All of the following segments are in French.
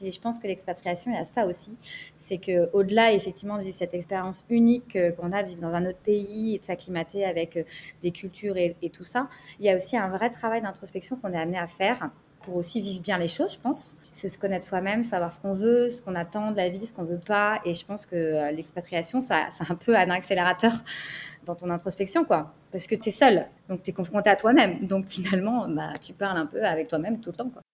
Et je pense que l'expatriation, il y a ça aussi. C'est qu'au-delà, effectivement, de vivre cette expérience unique qu'on a de vivre dans un autre pays et de s'acclimater avec des cultures et tout ça, il y a aussi un vrai travail d'introspection qu'on est amené à faire pour aussi vivre bien les choses, je pense. C'est se connaître soi-même, savoir ce qu'on veut, ce qu'on attend de la vie, ce qu'on veut pas. Et je pense que l'expatriation, c'est un peu un accélérateur dans ton introspection, quoi. Parce que tu es seul, donc tu es confronté à toi-même. Donc finalement, tu parles un peu avec toi-même tout le temps, quoi.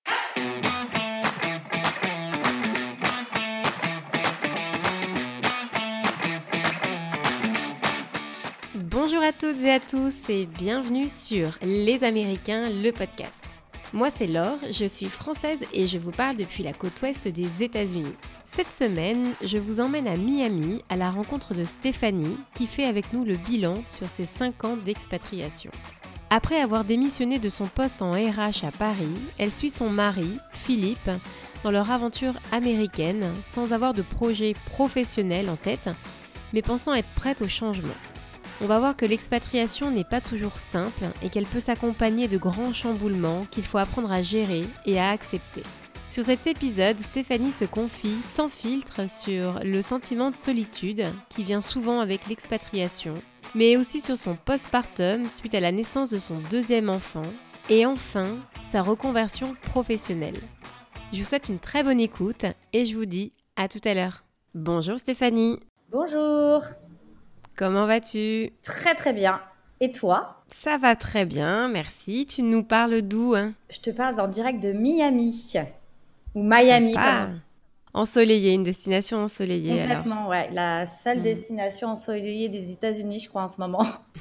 Bonjour à toutes et à tous et bienvenue sur Les Américains, le podcast. Moi c'est Laure, je suis française et je vous parle depuis la côte ouest des États-Unis. Cette semaine, je vous emmène à Miami à la rencontre de Stéphanie qui fait avec nous le bilan sur ses 5 ans d'expatriation. Après avoir démissionné de son poste en RH à Paris, elle suit son mari, Philippe, dans leur aventure américaine sans avoir de projet professionnel en tête, mais pensant être prête au changement. On va voir que l'expatriation n'est pas toujours simple et qu'elle peut s'accompagner de grands chamboulements qu'il faut apprendre à gérer et à accepter. Sur cet épisode, Stéphanie se confie sans filtre sur le sentiment de solitude qui vient souvent avec l'expatriation, mais aussi sur son postpartum suite à la naissance de son deuxième enfant et enfin sa reconversion professionnelle. Je vous souhaite une très bonne écoute et je vous dis à tout à l'heure. Bonjour Stéphanie. Bonjour. Comment vas-tu ? Très très bien. Et toi ? Ça va très bien, merci. Tu nous parles d'où ? Je te parle en direct de Miami. Ou Miami, Sympa. comme on dit. Ensoleillée, une destination ensoleillée alors. Complètement, ouais. La seule destination ensoleillée des États-Unis, je crois, en ce moment.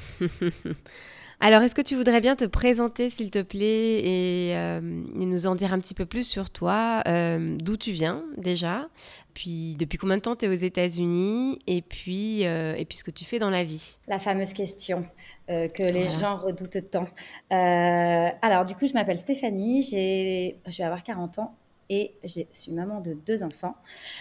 Alors, est-ce que tu voudrais bien te présenter, s'il te plaît, et nous en dire un petit peu plus sur toi, d'où tu viens déjà, puis depuis combien de temps tu es aux États-Unis, et puis ce que tu fais dans la vie. La fameuse question que les gens redoutent tant. Alors, du coup, je m'appelle Stéphanie, je vais avoir 40 ans et je suis maman de 2 enfants.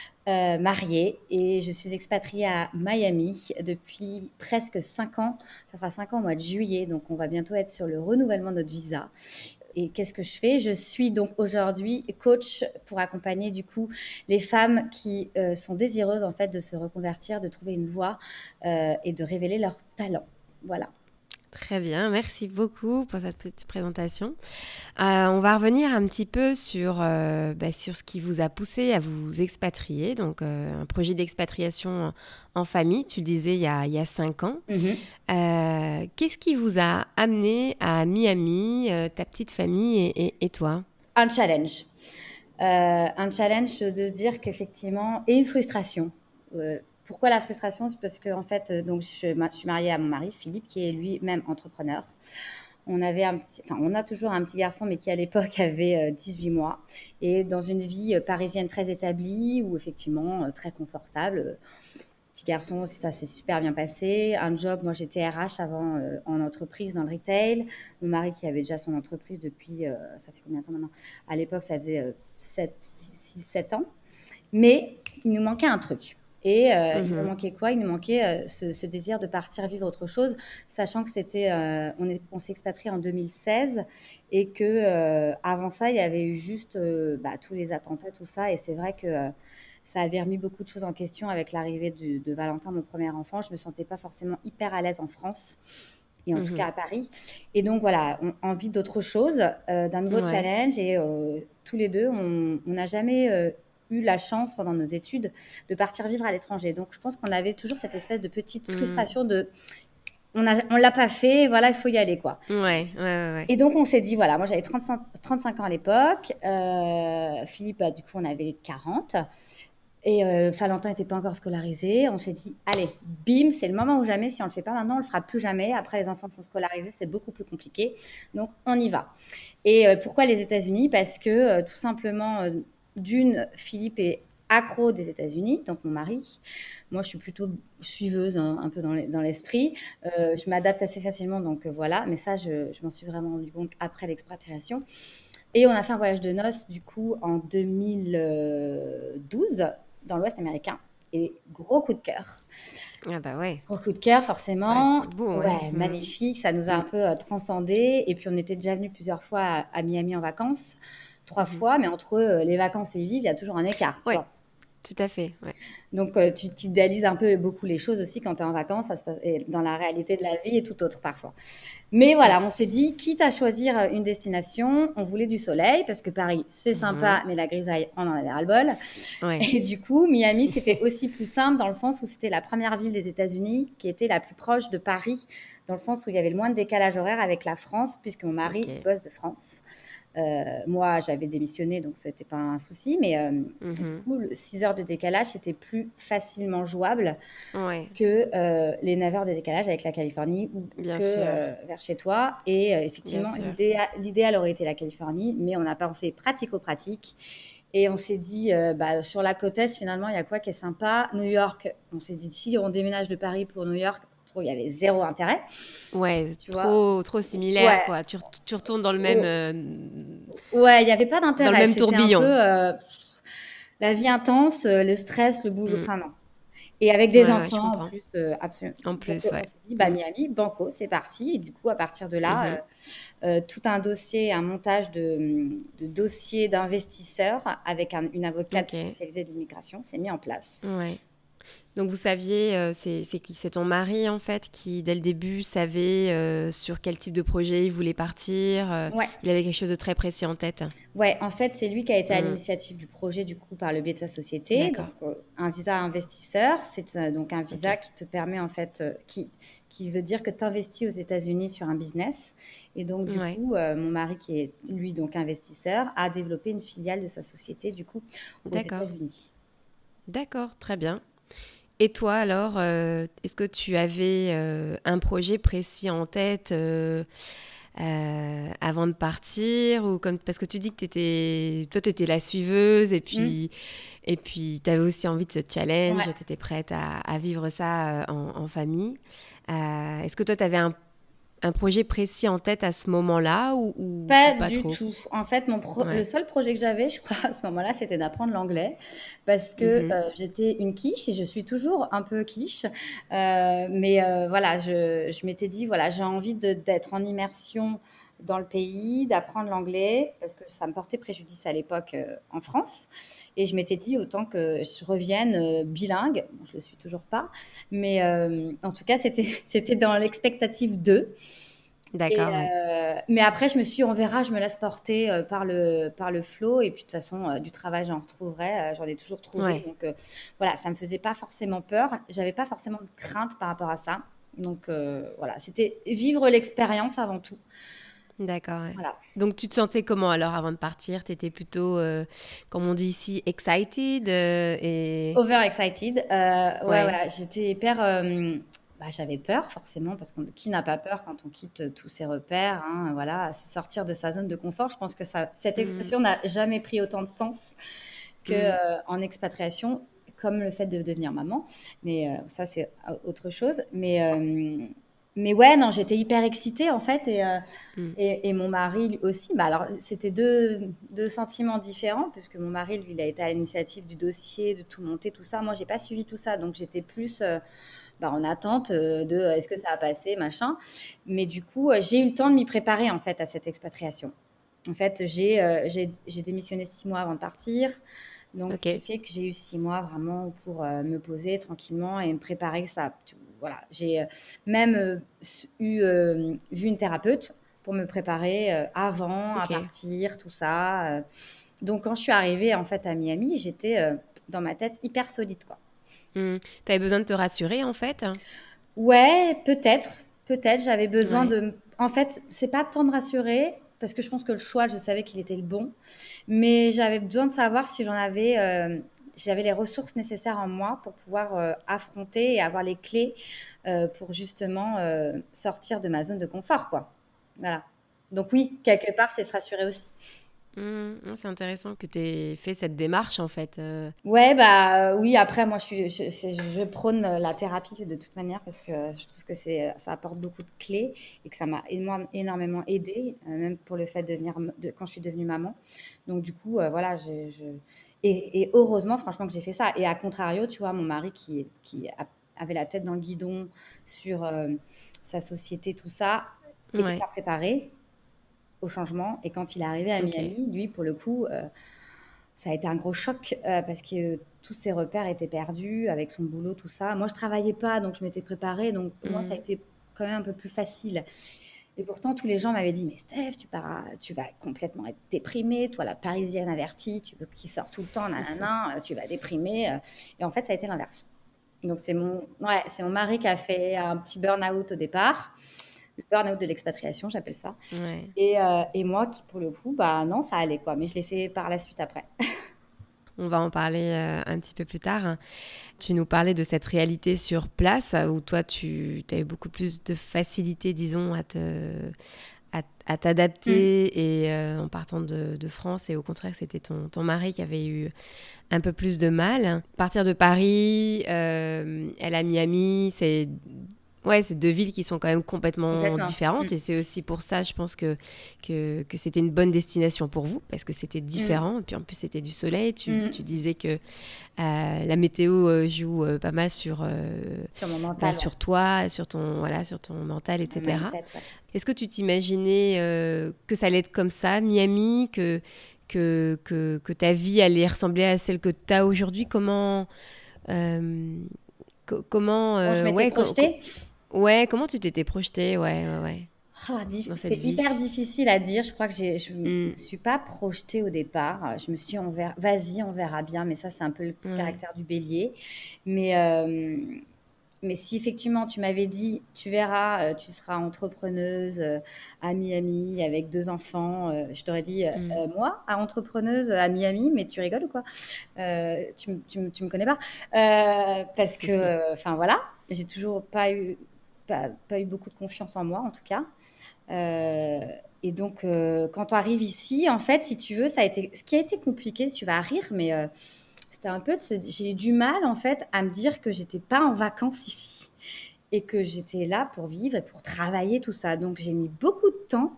Mariée et je suis expatriée à Miami depuis presque 5 ans. Ça fera 5 ans au mois de juillet, donc on va bientôt être sur le renouvellement de notre visa. Et qu'est-ce que je fais ? Je suis donc aujourd'hui coach pour accompagner du coup les femmes qui sont désireuses en fait de se reconvertir, de trouver une voie et de révéler leur talent. Voilà. Très bien, merci beaucoup pour cette petite présentation. On va revenir un petit peu sur ce qui vous a poussé à vous expatrier, donc un projet d'expatriation en famille, tu le disais il y a 5 ans. Qu'est-ce qui vous a amené à Miami, ta petite famille et toi ? Un challenge. Un challenge de se dire qu'effectivement, et une frustration. Pourquoi la frustration ? C'est parce que en fait, donc je suis mariée à mon mari Philippe, qui est lui-même entrepreneur. On a toujours un petit garçon, mais qui à l'époque avait 18 mois, et dans une vie parisienne très établie, où effectivement très confortable. Petit garçon, ça s'est super bien passé. Un job, moi j'étais RH avant en entreprise dans le retail. Mon mari qui avait déjà son entreprise depuis, ça fait combien de temps maintenant ? À l'époque, ça faisait 7 ans. Mais il nous manquait un truc. Et il nous manquait quoi ? Il nous manquait ce désir de partir vivre autre chose, sachant que on s'est expatrié en 2016 et que avant ça, il y avait eu juste tous les attentats, tout ça. Et c'est vrai que ça avait remis beaucoup de choses en question avec l'arrivée de Valentin, mon premier enfant. Je me sentais pas forcément hyper à l'aise en France. Et en tout cas à Paris. Et donc voilà, envie d'autre chose, d'un nouveau challenge. Et tous les deux, on n'a jamais eu la chance pendant nos études de partir vivre à l'étranger. Donc je pense qu'on avait toujours cette espèce de petite frustration de on l'a pas fait, voilà, il faut y aller quoi. Ouais. Et donc on s'est dit, voilà, moi j'avais 35 ans à l'époque, Philippe, du coup on avait 40. Et Valentin n'était pas encore scolarisé. On s'est dit, allez, bim, c'est le moment ou jamais. Si on ne le fait pas maintenant, on ne le fera plus jamais. Après, les enfants sont scolarisés, c'est beaucoup plus compliqué. Donc, on y va. Et pourquoi les États-Unis ? Parce que tout simplement, Philippe est accro des États-Unis, donc mon mari. Moi, je suis plutôt suiveuse, un peu dans l'esprit. Je m'adapte assez facilement, donc voilà. Mais ça, je m'en suis vraiment rendu compte après l'expatriation. Et on a fait un voyage de noces, du coup, en 2012, dans l'Ouest américain. Et gros coup de cœur. Ah bah ouais. Gros coup de cœur, forcément. Ouais, c'est beau, magnifique. Ça nous a un peu transcendés. Et puis, on était déjà venus plusieurs fois à Miami en vacances. 3 fois, mais entre les vacances et vivre, il y a toujours un écart, tu Ouais, vois. tout à fait. Ouais. Donc, tu t'idéalises un peu beaucoup les choses aussi quand tu es en vacances, ça se passe, et dans la réalité de la vie est tout autre parfois. Mais Mm. voilà, on s'est dit, quitte à choisir une destination, on voulait du soleil, parce que Paris, c'est Mhm. sympa, mais la grisaille, on en avait ras-le-bol. Ouais. Et du coup, Miami, c'était aussi plus simple dans le sens où c'était la première ville des États-Unis qui était la plus proche de Paris, dans le sens où il y avait le moins de décalage horaire avec la France, puisque mon mari Ok. bosse de France. Moi, j'avais démissionné, donc ce n'était pas un souci. Mais du Mhm. coup, 6 heures de décalage, c'était plus facilement jouable Ouais, que les 9 heures de décalage avec la Californie ou bien que sûr. vers chez toi. Et Bien effectivement, sûr. l'idéal aurait été la Californie, mais on a pensé pratico-pratique. Et on s'est dit, sur la côte Est, finalement, il y a quoi qui est sympa? New York. On s'est dit, si on déménage de Paris pour New York, il y avait zéro intérêt, Ouais, tu vois. trop similaire, Ouais, quoi. Tu retournes dans oh, ouais, il n'y avait pas dans le d'intérêt. même C'était un peu tourbillon. la vie intense, le stress, le boulot. Mm. Enfin, non. Et avec des Ouais, ouais, je enfants en comprends. plus, absolument. En Donc, plus, on ouais. s'est dit, Mm. Miami, banco, c'est parti. Et du coup, à partir de là, Mhm. tout un dossier, un montage de dossier d'investisseurs avec une avocate Ok. spécialisée de l'immigration s'est mis en place. Ouais. Donc vous saviez, c'est qui? C'est ton mari en fait qui dès le début savait sur quel type de projet il voulait partir. Ouais. Il avait quelque chose de très précis en tête. Ouais, en fait, c'est lui qui a été à Mm. l'initiative du projet, du coup, par le biais de sa société. Donc, D'accord. un visa investisseur, c'est donc un Ok. visa qui te permet, en fait, qui veut dire que tu investis aux États-Unis sur un business. Et donc, du Ouais. coup, mon mari, qui est lui, donc investisseur, a développé une filiale de sa société, du coup, aux D'accord. États-Unis. D'accord. Très bien. Et toi alors, est-ce que tu avais un projet précis en tête avant de partir ou comme parce que tu dis que toi tu étais la suiveuse Hmm. et puis tu avais aussi envie de ce challenge, Ouais. tu étais prête à vivre ça en famille. Est-ce que toi tu avais un projet précis en tête à ce moment-là ou Pas pas du trop? tout. En fait, le Ouais. seul projet que j'avais, je crois, à ce moment-là, c'était d'apprendre l'anglais parce que Mhm. j'étais une quiche et je suis toujours un peu quiche. Mais voilà, je m'étais dit, voilà, j'ai envie d'être en immersion dans le pays, d'apprendre l'anglais parce que ça me portait préjudice à l'époque en France. Et je m'étais dit, autant que je revienne bilingue. Bon, je ne le suis toujours pas, mais en tout cas, c'était dans l'expectative d'eux. Et, D'accord, ouais. mais après, je me suis dit, on verra, je me laisse porter par le flow. Et puis, de toute façon, du travail, j'en retrouverai. J'en ai toujours trouvé. Ouais. Donc, voilà, ça ne me faisait pas forcément peur. J'avais pas forcément de crainte par rapport à ça. Donc, voilà, c'était vivre l'expérience avant tout. D'accord, ouais. Voilà. Donc tu te sentais comment alors avant de partir? T'étais plutôt, comme on dit ici, excited et... Overexcited. Ouais, Ouais. voilà, j'étais hyper. J'avais peur, forcément, parce que qui n'a pas peur quand on quitte tous ses repères, hein, voilà, c'est sortir de sa zone de confort. Je pense que cette Mm, expression n'a jamais pris autant de sens que, mm. en expatriation, comme le fait de devenir maman. Mais ça, c'est autre chose. Mais ouais, non, j'étais hyper excitée, en fait. Mm. Et mon mari lui aussi, alors c'était deux sentiments différents, puisque mon mari, lui, il a été à l'initiative du dossier, de tout monter, tout ça. Moi, j'ai pas suivi tout ça, donc j'étais plus en attente de est-ce que ça a passé, machin. Mais du coup, j'ai eu le temps de m'y préparer, en fait, à cette expatriation. En fait, j'ai démissionné 6 mois avant de partir. Donc, ce qui Ok. fait que j'ai eu 6 mois vraiment pour me poser tranquillement et me préparer que ça. Voilà, j'ai même vu une thérapeute pour me préparer avant à Ok. partir, tout ça. Donc, quand je suis arrivée en fait à Miami, j'étais dans ma tête hyper solide, quoi. Mm. T'avais besoin de te rassurer en fait? Ouais, peut-être. J'avais besoin Ouais. de. En fait, c'est pas tant de rassurer parce que je pense que le choix, je savais qu'il était le bon, mais j'avais besoin de savoir si j'avais les ressources nécessaires en moi pour pouvoir affronter et avoir les clés pour justement sortir de ma zone de confort, quoi. Voilà. Donc oui, quelque part, c'est se rassurer aussi. Mm. Ah, c'est intéressant que tu aies fait cette démarche en fait. Ouais, oui, après, moi, je prône la thérapie de toute manière parce que je trouve que ça apporte beaucoup de clés et que ça m'a énormément aidée, même pour le fait quand je suis devenue maman. Donc, du coup, voilà, et heureusement, franchement, que j'ai fait ça. Et à contrario, tu vois, mon mari avait la tête dans le guidon sur sa société, tout ça, était Ouais. pas préparé au changement. Et quand il est arrivé à Miami, lui, pour le coup, ça a été un gros choc parce que tous ses repères étaient perdus avec son boulot, tout ça. Moi, je travaillais pas, donc je m'étais préparée. Donc, pour moi, ça a été quand même un peu plus facile. Et pourtant, tous les gens m'avaient dit, mais Steph, tu vas complètement être déprimée. Toi, la Parisienne avertie, qui sort tout le temps, nanana, tu vas déprimer. Et en fait, ça a été l'inverse. Donc, c'est mon mari qui a fait un petit burn-out au départ. Le burn-out de l'expatriation, j'appelle ça. Ouais. Et moi, qui pour le coup, bah non, ça allait quoi. Mais je l'ai fait par la suite après. On va en parler un petit peu plus tard. Tu nous parlais de cette réalité sur place où toi, tu as eu beaucoup plus de facilité, disons, à t'adapter et en partant de France. Et au contraire, c'était ton mari qui avait eu un peu plus de mal. Partir de Paris, elle à Miami, c'est deux villes qui sont quand même complètement différentes. Et c'est aussi pour ça, je pense que c'était une bonne destination pour vous, parce que c'était différent. Et puis en plus, c'était du soleil. Tu disais que la météo joue pas mal sur mon mental, sur toi, sur ton mental, etc. Mindset, ouais. Est-ce que tu t'imaginais que ça allait être comme ça, Miami, que ta vie allait ressembler à celle que tu as aujourd'hui? Comment je m'étais projetée. Comment tu t'étais projetée? Ouais. C'est hyper difficile à dire. Je crois que je ne me suis pas projetée au départ. Je me suis dit, vas-y, on verra bien. Mais ça, c'est un peu le caractère du bélier. Mais si effectivement, tu m'avais dit, tu verras, tu seras entrepreneuse à Miami avec 2 enfants, je t'aurais dit, moi, entrepreneuse à Miami, mais tu rigoles ou quoi? Tu me connais pas? Parce que, enfin voilà, j'ai toujours pas eu beaucoup de confiance en moi, en tout cas. Et donc, quand on arrive ici, en fait, si tu veux, ce qui a été compliqué, tu vas rire, mais c'était un peu j'ai eu du mal, en fait, à me dire que j'étais pas en vacances ici et que j'étais là pour vivre et pour travailler, tout ça. Donc, j'ai mis beaucoup de temps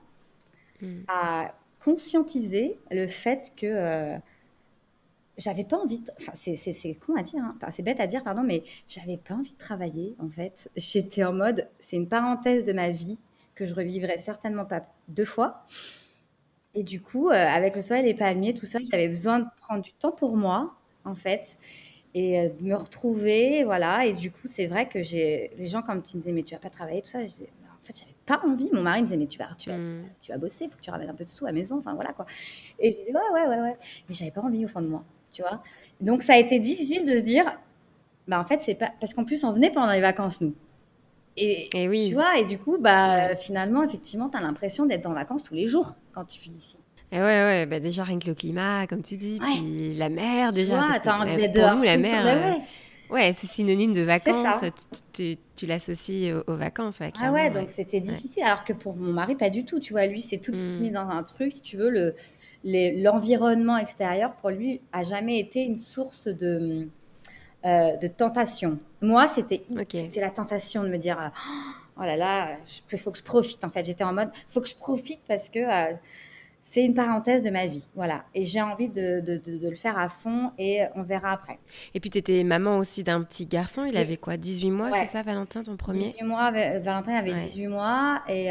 à conscientiser le fait que j'avais pas envie enfin, c'est con à dire, hein. Enfin, c'est bête à dire, pardon, mais j'avais pas envie de travailler, en fait. J'étais en mode, c'est une parenthèse de ma vie que je revivrai certainement pas 2 fois. Et du coup, avec le soleil, les palmiers, tout ça, j'avais besoin de prendre du temps pour moi, en fait, et de me retrouver, voilà. Et du coup, c'est vrai que les gens, quand ils me disaient, mais tu vas pas travailler, tout ça, je disais, en fait, j'avais pas envie. Mon mari me disait, mais tu vas bosser, il faut que tu ramènes un peu de sous à la maison, enfin voilà quoi. Et je disais, ouais. Mais j'avais pas envie au fond de moi, tu vois. Donc, ça a été difficile de se dire, bah en fait, c'est pas. Parce qu'en plus, on venait pendant les vacances, nous. Et oui. Tu vois, et du coup, finalement, effectivement, tu as l'impression d'être en vacances tous les jours quand tu vis ici. Et ouais, déjà rien que le climat, comme tu dis, puis la mer, déjà. Tu vois, parce tu as envie d'être pour dehors nous, la tout mer, le temps. Ouais, c'est synonyme de vacances. C'est ça. Tu l'associes aux vacances, ouais, Ah clairement. ouais, donc c'était difficile. Alors que pour mon mari, pas du tout. Tu vois, lui, c'est tout de suite mis dans un truc, si tu veux, l'environnement extérieur, pour lui, a jamais été une source de tentation. Moi, c'était la tentation de me dire, oh là là, faut que je profite, en fait. J'étais en mode, faut que je profite parce que c'est une parenthèse de ma vie. Voilà. Et j'ai envie de le faire à fond et on verra après. Et puis, tu étais maman aussi d'un petit garçon. Il avait quoi, 18 mois, c'est ça, Valentin, ton premier? 18 mois. Valentin avait 18 mois et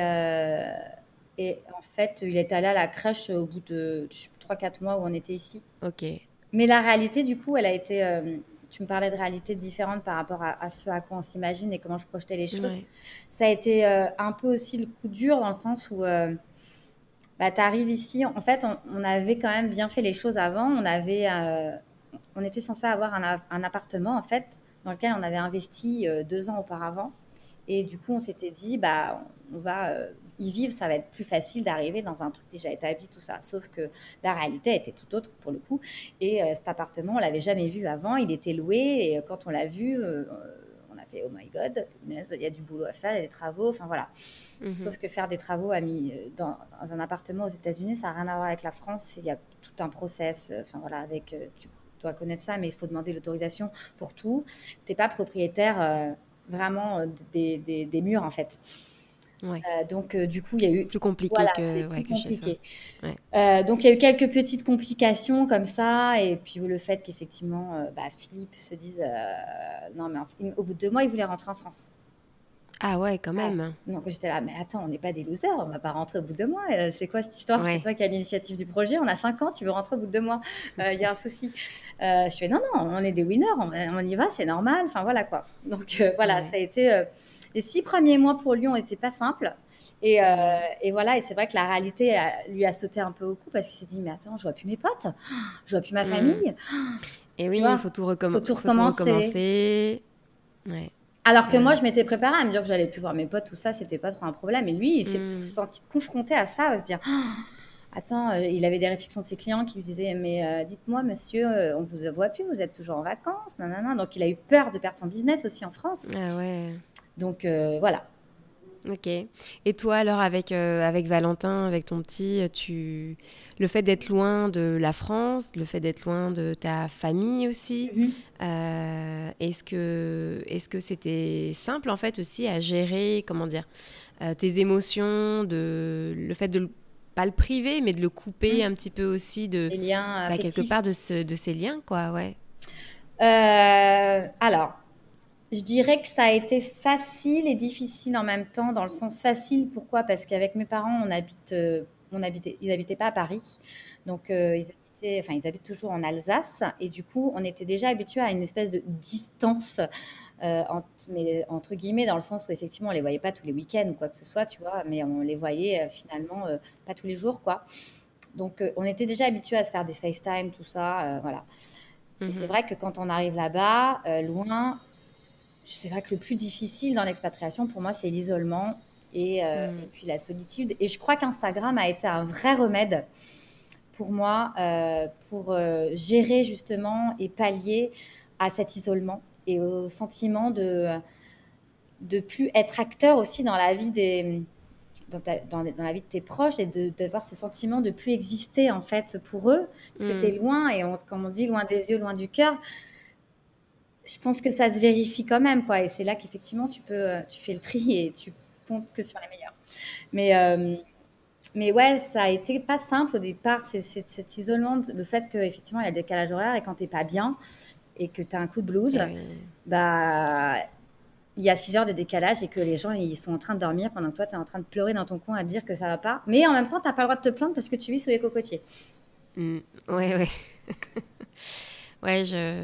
en fait, il est allé à la crèche au bout de 3-4 mois où on était ici. Ok. Mais la réalité, du coup, elle a été... tu me parlais de réalité différente par rapport à ce à quoi on s'imagine et comment je projetais les choses. Ouais. Ça a été un peu aussi le coup dur dans le sens où tu arrives ici. En fait, on avait quand même bien fait les choses avant. On était censé avoir un appartement, en fait, dans lequel on avait investi 2 ans auparavant. Et du coup, on s'était dit, on va y vivre, ça va être plus facile d'arriver dans un truc déjà établi, tout ça. Sauf que la réalité était tout autre pour le coup. Et cet appartement, on l'avait jamais vu avant. Il était loué. Et quand on l'a vu, on a fait, oh my God, il y a du boulot à faire, il y a des travaux. Enfin voilà. Sauf que faire des travaux dans un appartement aux États-Unis, ça n'a rien à voir avec la France. Il y a tout un process. Enfin voilà, tu dois connaître ça, mais il faut demander l'autorisation pour tout. Tu n'es pas propriétaire vraiment des murs, en fait. Ouais. Donc, du coup, il y a eu... Plus compliqué c'est plus compliqué. Ouais. Donc, il y a eu quelques petites complications comme ça. Et puis, le fait qu'effectivement, Philippe se dise... non, mais au bout de 2 mois, il voulait rentrer en France. Ah ouais, quand Ouais. même. Donc j'étais là, mais attends, on n'est pas des losers, on va pas rentrer au bout de 2 mois. C'est quoi cette histoire? C'est Ouais. toi qui as l'initiative du projet, on a 5 ans, tu veux rentrer au bout de 2 mois. Il y a un souci. Je fais: «Non, non, on est des winners, on y va, c'est normal». Enfin voilà quoi. Donc voilà, Ouais. ça a été, les 6 premiers mois pour lui ont été pas simples et heu Mm. et voilà et c'est vrai que la réalité lui a sauté un peu au cou parce qu'il s'est dit: «Mais attends, je vois plus mes potes, je vois plus ma Mm. famille». Et Tu oui, il vois? faut Faut tout faut tout recommencer. recommencer. Ouais. Alors que moi, Ouais. je m'étais préparée à me dire que j'allais plus voir mes potes, tout ça, c'était pas trop un problème. Et lui, il s'est Mm. senti confronté à ça, à se dire, «Ah, attends, il avait des réflexions de ses clients qui lui disaient, mais dites-moi, monsieur, on vous voit plus, vous êtes toujours en vacances, nanana». Donc, il a eu peur de perdre son business aussi en France. Ah ouais. Donc, voilà. Ok. Et toi, alors, avec Valentin, avec ton petit, le fait d'être loin de la France, le fait d'être loin de ta famille aussi, Mhm. est-ce que c'était simple, en fait, aussi à gérer, comment dire, tes émotions, le fait de pas le priver, mais de le couper un Mhm. petit peu aussi de, Les liens quelque part affectifs. de ces liens, quoi, ouais. Alors, je dirais que ça a été facile et difficile en même temps, dans le sens facile, pourquoi? Parce qu'avec mes parents, ils habitaient pas à Paris. Donc, ils habitent toujours en Alsace. Et du coup, on était déjà habitués à une espèce de distance, entre guillemets, dans le sens où effectivement, on les voyait pas tous les week-ends ou quoi que ce soit, tu vois, mais on les voyait finalement pas tous les jours, quoi. Donc, on était déjà habitués à se faire des FaceTime, tout ça, voilà. Et c'est Mhm. vrai que quand on arrive là-bas, loin, c'est vrai que le plus difficile dans l'expatriation, pour moi, c'est l'isolement et Mhm. puis la solitude. Et je crois qu'Instagram a été un vrai remède pour moi, pour gérer justement et pallier à cet isolement et au sentiment de plus être acteur aussi dans la vie dans la vie de tes proches et d'avoir ce sentiment de plus exister en fait pour eux, puisque tu es Mhm. loin et comme on dit, loin des yeux, loin du cœur. Je pense que ça se vérifie quand même, quoi. Et c'est là qu'effectivement, tu fais le tri et tu comptes que sur les meilleurs. Mais, euh, mais ouais, ça a été pas simple au départ, cet isolement, le fait qu'effectivement, il y a le décalage horaire et quand t'es pas bien et que tu as un coup de blues, Eh oui. bah, il y a 6 heures de décalage et que les gens, ils sont en train de dormir pendant que toi, tu es en train de pleurer dans ton coin à te dire que ça va pas. Mais en même temps, tu n'as pas le droit de te plaindre parce que tu vis sous les cocotiers. Mm. Ouais, ouais. Ouais,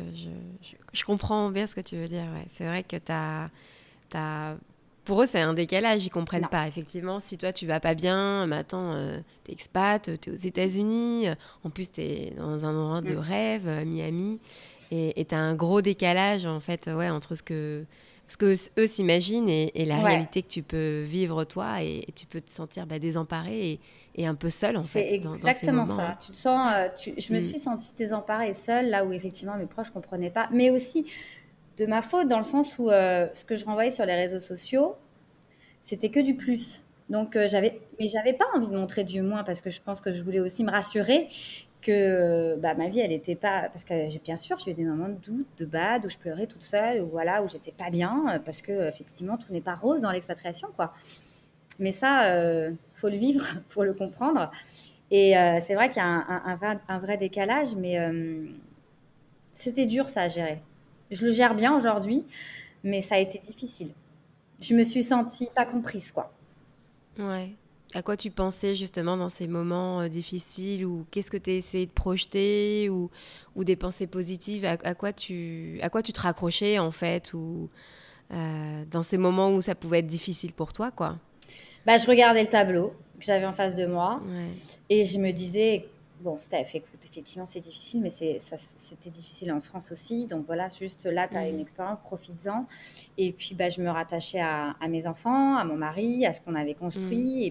je comprends bien ce que tu veux dire. Ouais. C'est vrai que pour eux, c'est un décalage. Ils comprennent Non. pas. Effectivement, si toi, tu vas pas bien, mais attends, t'es expat, t'es aux États-Unis, en plus, t'es dans un endroit de Mm. rêve, Miami, et t'as un gros décalage, en fait, ouais, entre ce que eux s'imaginent et la Ouais. réalité que tu peux vivre toi, et tu peux te sentir désemparé et un peu seul, en C'est fait, dans ces exactement moments. ça. Hein. Tu te sens, je me Mm. suis sentie désemparée seule, là où effectivement mes proches ne comprenaient pas. Mais aussi de ma faute, dans le sens où ce que je renvoyais sur les réseaux sociaux, c'était que du plus. Donc, mais j'avais pas envie de montrer du moins parce que je pense que je voulais aussi me rassurer que bah, ma vie, elle n'était pas. Parce que bien sûr, j'ai eu des moments de doute, de bad, où je pleurais toute seule, ou voilà, où j'étais pas bien, parce que effectivement, tout n'est pas rose dans l'expatriation, quoi. Mais ça, faut le vivre pour le comprendre. Et c'est vrai qu'il y a un vrai décalage, mais c'était dur ça à gérer. Je le gère bien aujourd'hui, mais ça a été difficile. Je me suis sentie pas comprise, quoi. Ouais. À quoi tu pensais justement dans ces moments difficiles ou qu'est-ce que tu essayé de projeter ou des pensées positives à quoi tu te raccrochais en fait ou dans ces moments où ça pouvait être difficile pour toi quoi. Bah, je regardais le tableau que j'avais en face de moi Ouais. et je me disais, bon, Steph, écoute, effectivement, c'est difficile, mais c'était difficile en France aussi. Donc voilà, juste là, tu as une Mhm. expérience, profites-en. Et puis, bah, je me rattachais à mes enfants, à mon mari, à ce qu'on avait Mhm. construit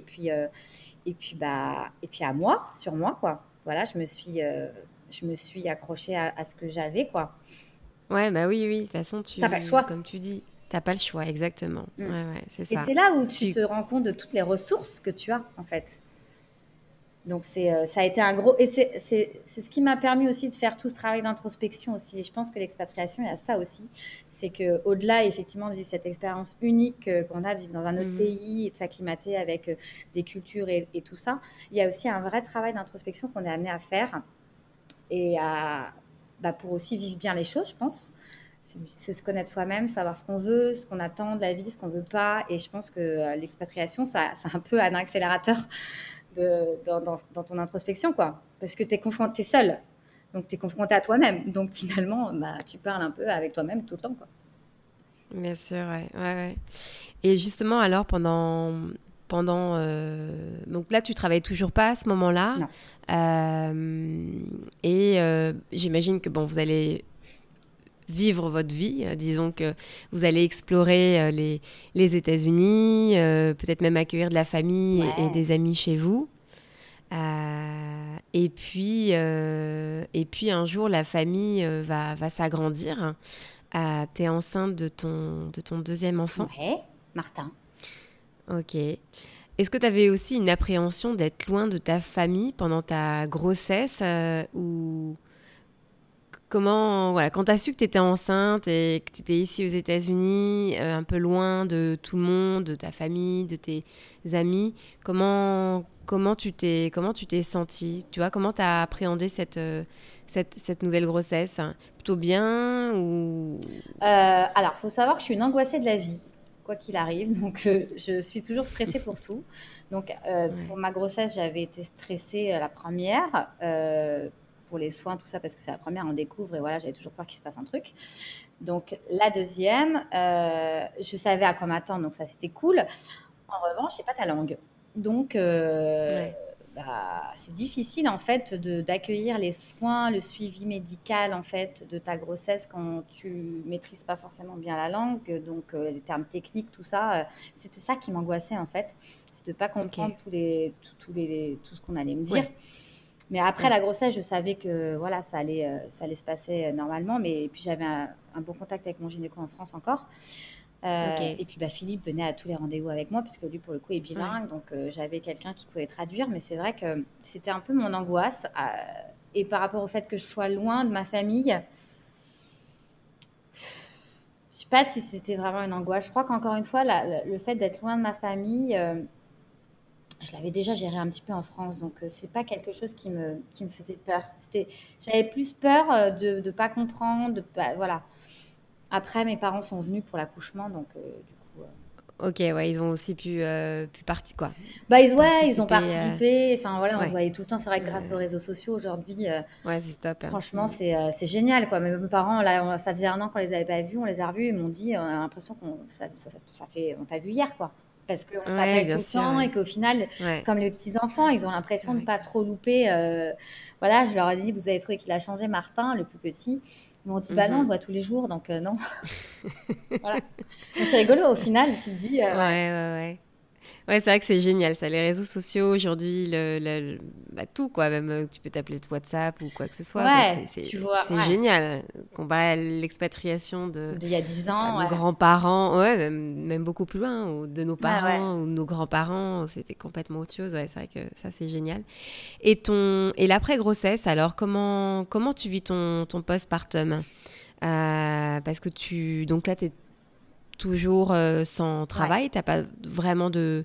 et puis à moi, sur moi, quoi. Voilà, je me suis accrochée à ce que j'avais, quoi. Ouais, bah oui, oui, de toute façon, T'as pas le choix. comme tu dis, t'as pas le choix, exactement. Mm. Ouais, ouais, c'est Et ça. c'est là où tu Tu, te rends compte de toutes les ressources que tu as, en fait. Donc, ça a été un gros. Et c'est ce qui m'a permis aussi de faire tout ce travail d'introspection aussi. Et je pense que l'expatriation, il y a ça aussi. C'est qu'au-delà, effectivement, de vivre cette expérience unique qu'on a de vivre dans un autre Mhm. pays et de s'acclimater avec des cultures et tout ça, il y a aussi un vrai travail d'introspection qu'on est amené à faire et bah, pour aussi vivre bien les choses, je pense. C'est se connaître soi-même, savoir ce qu'on veut, ce qu'on attend de la vie, ce qu'on veut pas. Et je pense que l'expatriation, c'est un peu un accélérateur dans ton introspection, quoi. Parce que tu es confronté seul. Donc, tu es confronté à toi-même. Donc, finalement, tu parles un peu avec toi-même tout le temps, quoi. Bien sûr, ouais, ouais, ouais. Et justement, alors, donc là, tu travailles toujours pas à ce moment-là. Non. J'imagine que, bon, vous allez vivre votre vie. Disons que vous allez explorer les États-Unis, peut-être même accueillir de la famille et Ouais. des amis chez vous. Et puis un jour, la famille va s'agrandir. T'es enceinte de ton deuxième enfant. Ouais, Martin. Ok. Est-ce que tu avais aussi une appréhension d'être loin de ta famille pendant ta grossesse ou comment, voilà, quand tu as su que tu étais enceinte et que tu étais ici aux États-Unis, un peu loin de tout le monde, de ta famille, de tes amis, comment tu t'es sentie? Tu vois, comment tu as appréhendé cette nouvelle grossesse? Plutôt bien ou... Alors, faut savoir que je suis une angoissée de la vie, quoi qu'il arrive. Donc, je suis toujours stressée pour tout. Donc, pour Ouais. ma grossesse, j'avais été stressée la première, pour les soins, tout ça, parce que c'est la première, on découvre. Et voilà, j'avais toujours peur qu'il se passe un truc. Donc, la deuxième, je savais à quoi m'attendre. Donc, ça, c'était cool. En revanche, c'est pas ta langue. Donc, Ouais. c'est difficile en fait d'accueillir les soins, le suivi médical en fait de ta grossesse quand tu maîtrises pas forcément bien la langue. Donc, les termes techniques, tout ça, c'était ça qui m'angoissait en fait, c'est de pas comprendre Ok. tout ce qu'on allait me dire. Ouais. Mais après Ouais. la grossesse, je savais que voilà, ça allait se passer normalement. Mais puis j'avais un bon contact avec mon gynéco en France encore. Ok. Et puis Philippe venait à tous les rendez-vous avec moi, puisque lui, pour le coup, est Ouais. bilingue. Donc, j'avais quelqu'un qui pouvait traduire. Mais c'est vrai que c'était un peu mon angoisse. Et par rapport au fait que je sois loin de ma famille, je ne sais pas si c'était vraiment une angoisse. Je crois qu'encore une fois, le fait d'être loin de ma famille, je l'avais déjà géré un petit peu en France. Donc, c'est pas quelque chose qui me faisait peur. J'avais plus peur de ne pas comprendre. Voilà. Après, mes parents sont venus pour l'accouchement. Donc, du coup... Ok, ouais, ils ont aussi pu quoi, Ils ont participer. participé. Enfin, voilà, on se Ouais. voyait tout le temps. C'est vrai que grâce aux réseaux sociaux, aujourd'hui, Ouais, c'est stop. franchement, c'est génial, quoi. Mais mes parents, là, ça faisait 1 an qu'on les avait pas vus. On les a revus. Ils m'ont dit, on a l'impression on t'a vu hier, quoi. Parce qu'on Ouais, s'appelle bien tout le sûr, temps ouais. et qu'au final, Ouais, comme les petits-enfants, ils ont c'est l'impression de vrai pas que... trop louper. Voilà, je leur ai dit, vous avez trouvé qu'il a changé, Martin, le plus petit. Ils m'ont dit, bah non, on le Mhm. voit tous les jours, donc non. Voilà. Donc c'est rigolo, au final, tu te dis, Ouais, ouais. ouais, ouais. Ouais, c'est vrai que c'est génial, ça. Les réseaux sociaux, aujourd'hui, tout, quoi. Même, tu peux t'appeler de WhatsApp ou quoi que ce soit. Quoi. Ouais, tu vois, C'est ouais. génial. Comparé à l'expatriation D'il y a 10 de ans, nos ouais. grands-parents, ouais, même beaucoup plus loin, ou de nos Ouais, ouais. parents, ou de nos grands-parents, c'était complètement autre chose. Ouais, c'est vrai que ça, c'est génial. Et l'après-grossesse, alors, comment tu vis ton postpartum? Parce que donc là, tu es toujours sans Ouais. travail, tu n'as pas vraiment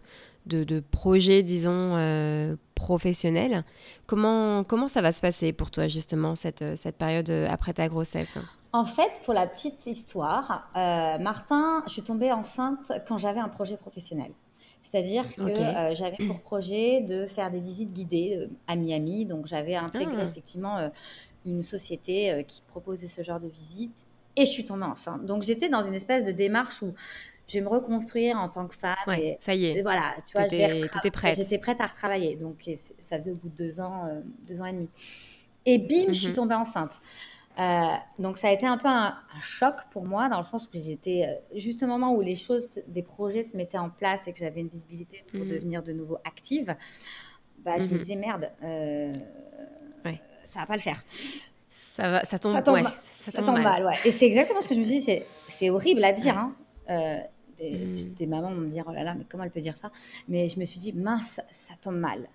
de projet, disons, professionnel. Comment ça va se passer pour toi, justement, cette période après ta grossesse? En fait, pour la petite histoire, Martin, je suis tombée enceinte quand j'avais un projet professionnel. C'est-à-dire que Ok. j'avais pour projet de faire des visites guidées à Miami. Donc, j'avais intégré Ah, effectivement une société qui proposait ce genre de visites et je suis tombée enceinte. Donc, j'étais dans une espèce de démarche où je vais me reconstruire en tant que femme ouais, ça y et est, voilà, tu vois, t'étais prête. j'étais prête à retravailler. Donc, ça faisait au bout de 2 ans et demi. Et bim, je suis Mhm, tombée enceinte. Donc ça a été un peu un choc pour moi dans le sens que j'étais juste au moment où des projets se mettaient en place et que j'avais une visibilité pour mhm, devenir de nouveau active, je me mhm. disais merde, Ouais. ça va pas le faire. Ça va, ouais, ça Ça tombe tombe mal. mal, ouais. Et c'est exactement ce que je me suis dit, c'est horrible à dire, Ouais. hein. Euh, Mhm, des mamans vont me dire oh là là, mais comment elle peut dire ça? Mais je me suis dit mince, ça tombe mal.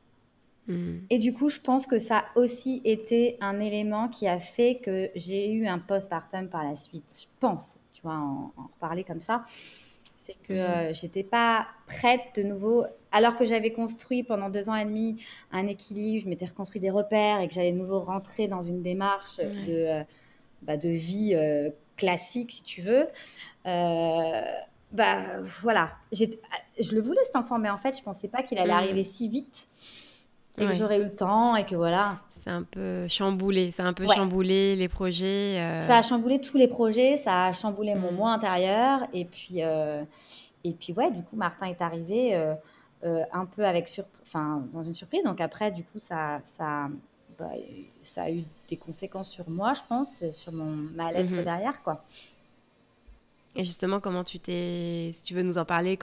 mhm, Et du coup, je pense que ça a aussi été un élément qui a fait que j'ai eu un postpartum par la suite. Je pense, tu vois, en reparler comme ça. C'est que mhm. j'étais pas prête de nouveau, alors que j'avais construit pendant 2 ans et demi un équilibre, je m'étais reconstruit des repères et que j'allais de nouveau rentrer dans une démarche Ouais. de vie classique, si tu veux. Voilà, je le voulais cet enfant, mais en fait, je pensais pas qu'il allait arriver si vite et que Ouais. j'aurais eu le temps et que voilà. C'est un peu chamboulé. Ça a un peu Ouais, chamboulé les projets. ça a chamboulé tous les projets, ça a chamboulé mon Mm. moi intérieur et puis ouais, du coup, Martin est arrivé un peu enfin, dans une surprise. Donc après, du coup, bah, ça a eu des conséquences sur moi, je pense, sur mon mal-être Mhm. derrière, quoi. Et justement, si tu veux nous en parler,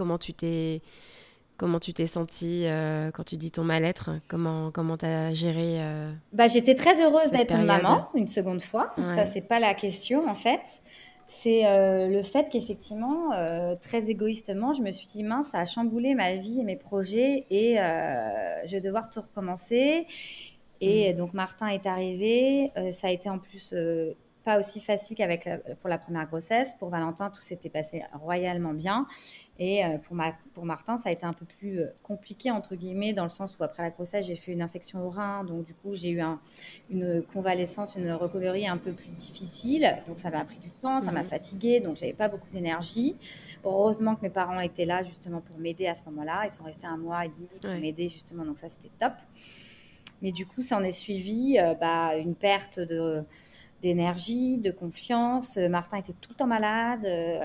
comment tu t'es sentie quand tu dis ton mal-être? Comment t'as géré Bah, j'étais très heureuse cette d'être période? maman une seconde fois. Ça, Ouais. c'est pas la question en fait. C'est le fait qu'effectivement, très égoïstement, je me suis dit mince, ça a chamboulé ma vie et mes projets et je vais devoir tout recommencer. Et Mm. donc Martin est arrivé. Ça a été en plus pas aussi facile pour la première grossesse. Pour Valentin, tout s'était passé royalement bien. Et pour Martin, ça a été un peu plus compliqué, entre guillemets, dans le sens où après la grossesse, j'ai fait une infection au rein. Donc du coup, j'ai eu une convalescence, une recovery un peu plus difficile. Donc ça m'a pris du temps, ça m'a Mhm. fatiguée. Donc j'avais pas beaucoup d'énergie. Heureusement que mes parents étaient là justement pour m'aider à ce moment-là. Ils sont restés 1 mois et demi pour Ouais. m'aider justement. Donc ça, c'était top. Mais du coup, ça en est suivi une perte d'énergie, de confiance. Martin était tout le temps malade.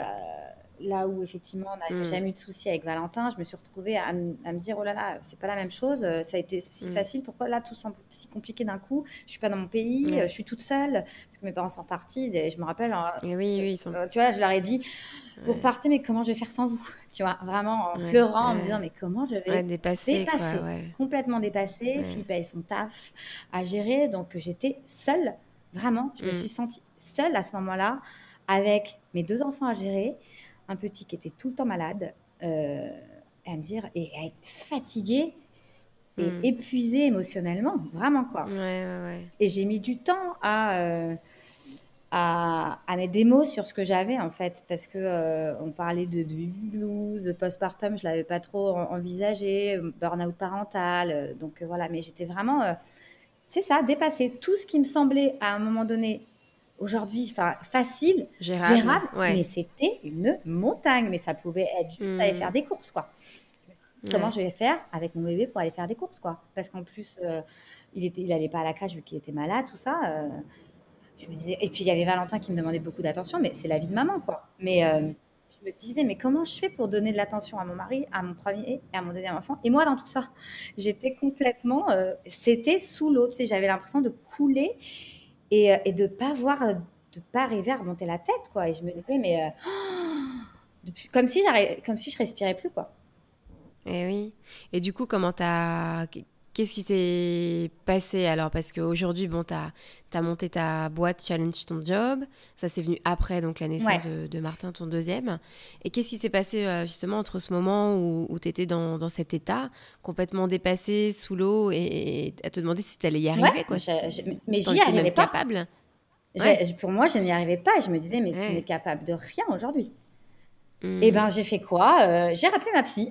Là où effectivement on n'avait Mm. jamais eu de soucis avec Valentin, je me suis retrouvée à me dire oh là là, c'est pas la même chose. Ça a été si Mm. facile. Pourquoi là tout semble si compliqué d'un coup? Je suis pas dans mon pays, je Ouais. suis toute seule parce que mes parents sont partis. Et je me rappelle, Et oui, oui, ils sont. tu vois, je leur ai dit vous Ouais. repartez, mais comment je vais faire sans vous? Tu vois, vraiment en Ouais. pleurant, en me disant Ouais. mais comment je Ouais, vais dépassé, quoi. dépasser, Ouais. complètement dépassée. Ouais. Philippe avait son taf à gérer, donc j'étais seule. Vraiment, je me Mm. suis sentie seule à ce moment-là, avec mes 2 enfants à gérer, un petit qui était tout le temps malade, et à me dire, et à être fatiguée et Mm. épuisée émotionnellement, vraiment Ouais, quoi. ouais, ouais. Et j'ai mis du temps à mettre des mots sur ce que j'avais en fait, parce que on parlait de baby blues, de postpartum, je l'avais pas trop envisagé, burn-out parental, donc voilà, mais j'étais vraiment, c'est ça, dépassée. Tout ce qui me semblait à un moment donné, aujourd'hui, facile, Gérable. gérable, mais Ouais. c'était une montagne, mais ça pouvait être juste aller faire Mm. des courses quoi. Comment Ouais. je vais faire avec mon bébé pour aller faire des courses quoi? Parce qu'en plus, il allait pas à la crèche vu qu'il était malade, tout ça. Je me disais, et puis il y avait Valentin qui me demandait beaucoup d'attention, mais c'est la vie de maman, quoi. Mais je me disais, mais comment je fais pour donner de l'attention à mon mari, à mon premier et à mon deuxième enfant? Et moi, dans tout ça, j'étais complètement, c'était sous l'eau, tu sais, j'avais l'impression de couler et de pas voir, de pas arriver à remonter la tête, quoi. Et je me disais, mais comme si je respirais plus, quoi. Eh oui. Et du coup, qu'est-ce qui s'est passé alors? Parce qu'aujourd'hui, bon, t'as monté ta boîte Challenge ton job. Ça, c'est venu après donc la Ouais. naissance de Martin, ton deuxième. Et qu'est-ce qui s'est passé justement entre ce moment où t'étais dans cet état, complètement dépassé, sous l'eau, et à te demander si t'allais y Ouais, arriver, quoi? Si mais t'en j'y étais même arrivais pas. capable? Ouais. Pour moi, je n'y arrivais pas. Et je me disais, mais tu n'es Ouais. capable de rien aujourd'hui. Et Hmm. ben, j'ai fait quoi? J'ai rappelé ma psy.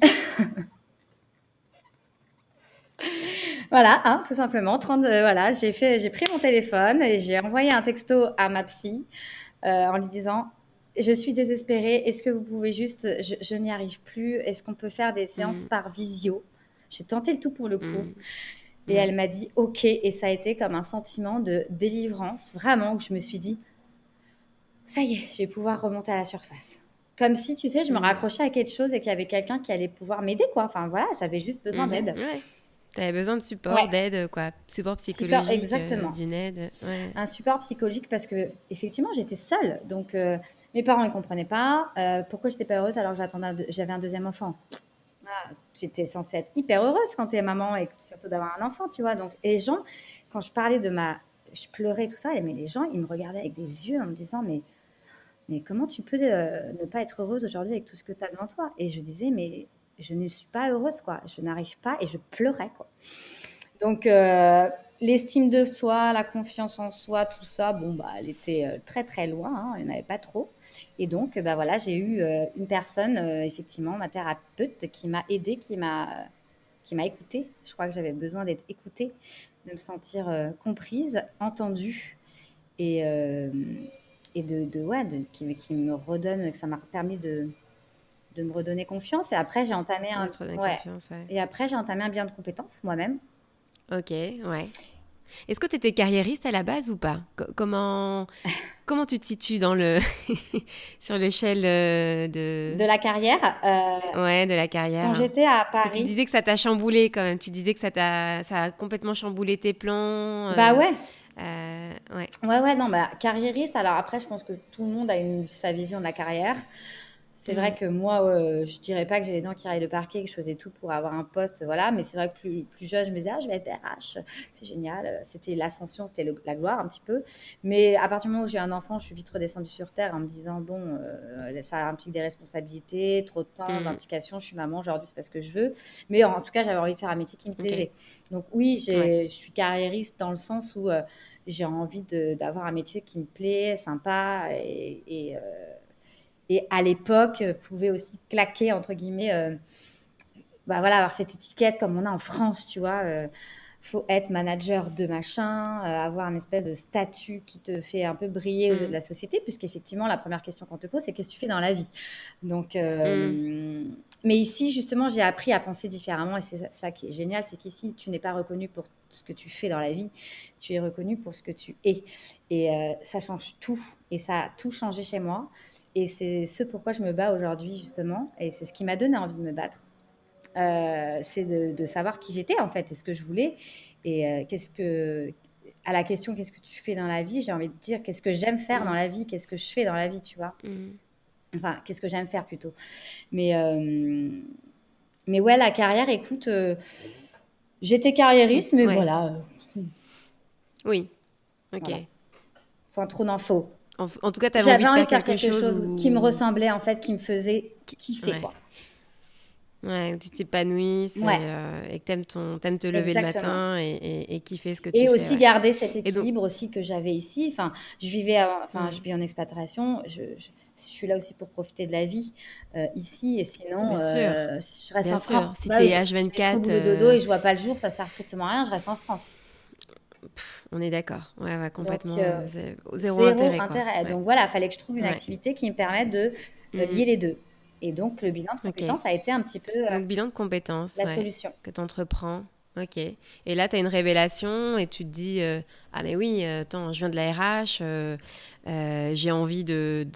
Voilà, hein, tout simplement. Voilà, j'ai pris mon téléphone et j'ai envoyé un texto à ma psy en lui disant, je suis désespérée. Est-ce que vous pouvez juste, je n'y arrive plus. Est-ce qu'on peut faire des séances Hmm. par visio? J'ai tenté le tout pour le coup. Hmm. Et Ouais. elle m'a dit OK. Et ça a été comme un sentiment de délivrance, vraiment, où je me suis dit, ça y est, je vais pouvoir remonter à la surface. Comme si, tu sais, je me Hmm. raccrochais à quelque chose et qu'il y avait quelqu'un qui allait pouvoir m'aider, quoi. Enfin, voilà, j'avais juste besoin Mhm. d'aide. Ouais. T'avais besoin de Ouais, support, d'aide, quoi. Support super, psychologique, exactement. d'une aide. Ouais. Un support psychologique parce que effectivement j'étais seule, donc mes parents ils comprenaient pas pourquoi j'étais pas heureuse alors que j'avais un deuxième enfant. Voilà, j'étais censée être hyper heureuse quand tu es maman et surtout d'avoir un enfant, tu vois. Donc et les gens, quand je parlais je pleurais tout ça, mais les gens ils me regardaient avec des yeux en me disant mais comment tu peux ne pas être heureuse aujourd'hui avec tout ce que tu as devant toi? Et je disais mais je ne suis pas heureuse quoi, je n'arrive pas et je pleurais quoi. Donc, l'estime de soi, la confiance en soi, tout ça, bon, bah, elle était très très loin, hein, il n'y en avait pas trop. Et donc, bah, voilà, j'ai eu une personne, effectivement, ma thérapeute, qui m'a aidée, qui m'a écoutée. Je crois que j'avais besoin d'être écoutée, de me sentir comprise, entendue. et, qui me redonne, que ça m'a permis de me redonner confiance. Et après, j'ai entamé De te redonner ouais. confiance, ouais. Et après, j'ai entamé un bilan de compétences moi-même. Ok, ouais. Est-ce que tu étais carriériste à la base ou pas? Comment tu te situes sur l'échelle De la carrière, ouais, de la quand carrière? j'étais à Parce que tu Paris, disais que ça t'a chamboulé quand même. Tu disais que ça a complètement chamboulé tes plans. bah ouais, Ouais. ouais, non, bah carriériste. Alors après, je pense que tout le monde a sa vision de la carrière. C'est vrai Ouais. que moi, je dirais pas que j'ai les dents qui raillent le parquet, que je faisais tout pour avoir un poste, voilà. Mais c'est vrai que plus jeune, je me disais, ah, je vais être RH, c'est génial. C'était l'ascension, c'était la gloire un petit peu. Mais à partir du moment où j'ai un enfant, je suis vite redescendue sur terre en me disant, bon, ça implique des responsabilités, trop de temps, Mm. d'implication. Je suis maman aujourd'hui, c'est parce que je veux. Mais en tout cas, j'avais envie de faire un métier qui me Ok. plaisait. Donc oui, Ouais. je suis carriériste dans le sens où j'ai envie d'avoir un métier qui me plaît, sympa et à l'époque, pouvait aussi claquer, entre guillemets, bah voilà, avoir cette étiquette comme on a en France, tu vois. Faut être manager de machin, avoir un espèce de statut qui te fait un peu briller aux yeux de Mm. la société, puisqu'effectivement, la première question qu'on te pose, c'est qu'est-ce que tu fais dans la vie. Donc, Mm. mais ici, justement, j'ai appris à penser différemment et c'est ça qui est génial, c'est qu'ici, tu n'es pas reconnu pour ce que tu fais dans la vie, tu es reconnu pour ce que tu es. Et ça change tout et ça a tout changé chez moi. Et c'est ce pourquoi je me bats aujourd'hui, justement. Et c'est ce qui m'a donné envie de me battre. C'est de savoir qui j'étais, en fait, et ce que je voulais. Et à la question, qu'est-ce que tu fais dans la vie? J'ai envie de dire, qu'est-ce que j'aime faire dans Mm. la vie? Qu'est-ce que je fais dans la vie, tu vois? Mm. Enfin, qu'est-ce que j'aime faire plutôt. Mais, mais ouais, la carrière, écoute, j'étais carriériste, mais Ouais. voilà. Oui. Ok. Voilà. Sans trop d'en faut. En tout cas, tu avais envie J'avais de envie faire de faire quelque quelque chose chose qui me où... ressemblait, en fait, qui me faisait kiffer, Ouais. quoi. Ouais, où tu t'épanouisses Ouais, et que t'aimes te lever le exactement. matin et kiffer ce que tu Et fais, aussi ouais. garder cet Et donc, équilibre aussi que j'avais ici. Enfin, je ouais, vis en expatriation. Je suis là aussi pour profiter de la vie ici. Et sinon, je reste bien en France. sûr. Si Bah oui, t'es je fais trop H24, boulot dodo et je vois pas le jour, ça sert strictement à rien. Je reste en France. on est d'accord. Ouais, ouais, Donc, complètement. C'est zéro zéro intérêt, quoi. intérêt. Ouais, Donc voilà, il fallait que je trouve une ouais. activité qui me permette de Mhm. lier les deux. Et donc, le bilan de Ok. compétences a été un petit peu Donc, bilan de compétences, la ouais, solution. que t'entreprends. Ok. Et là, tu as une révélation et tu te dis, ah mais oui, attends, je viens de la RH, j'ai envie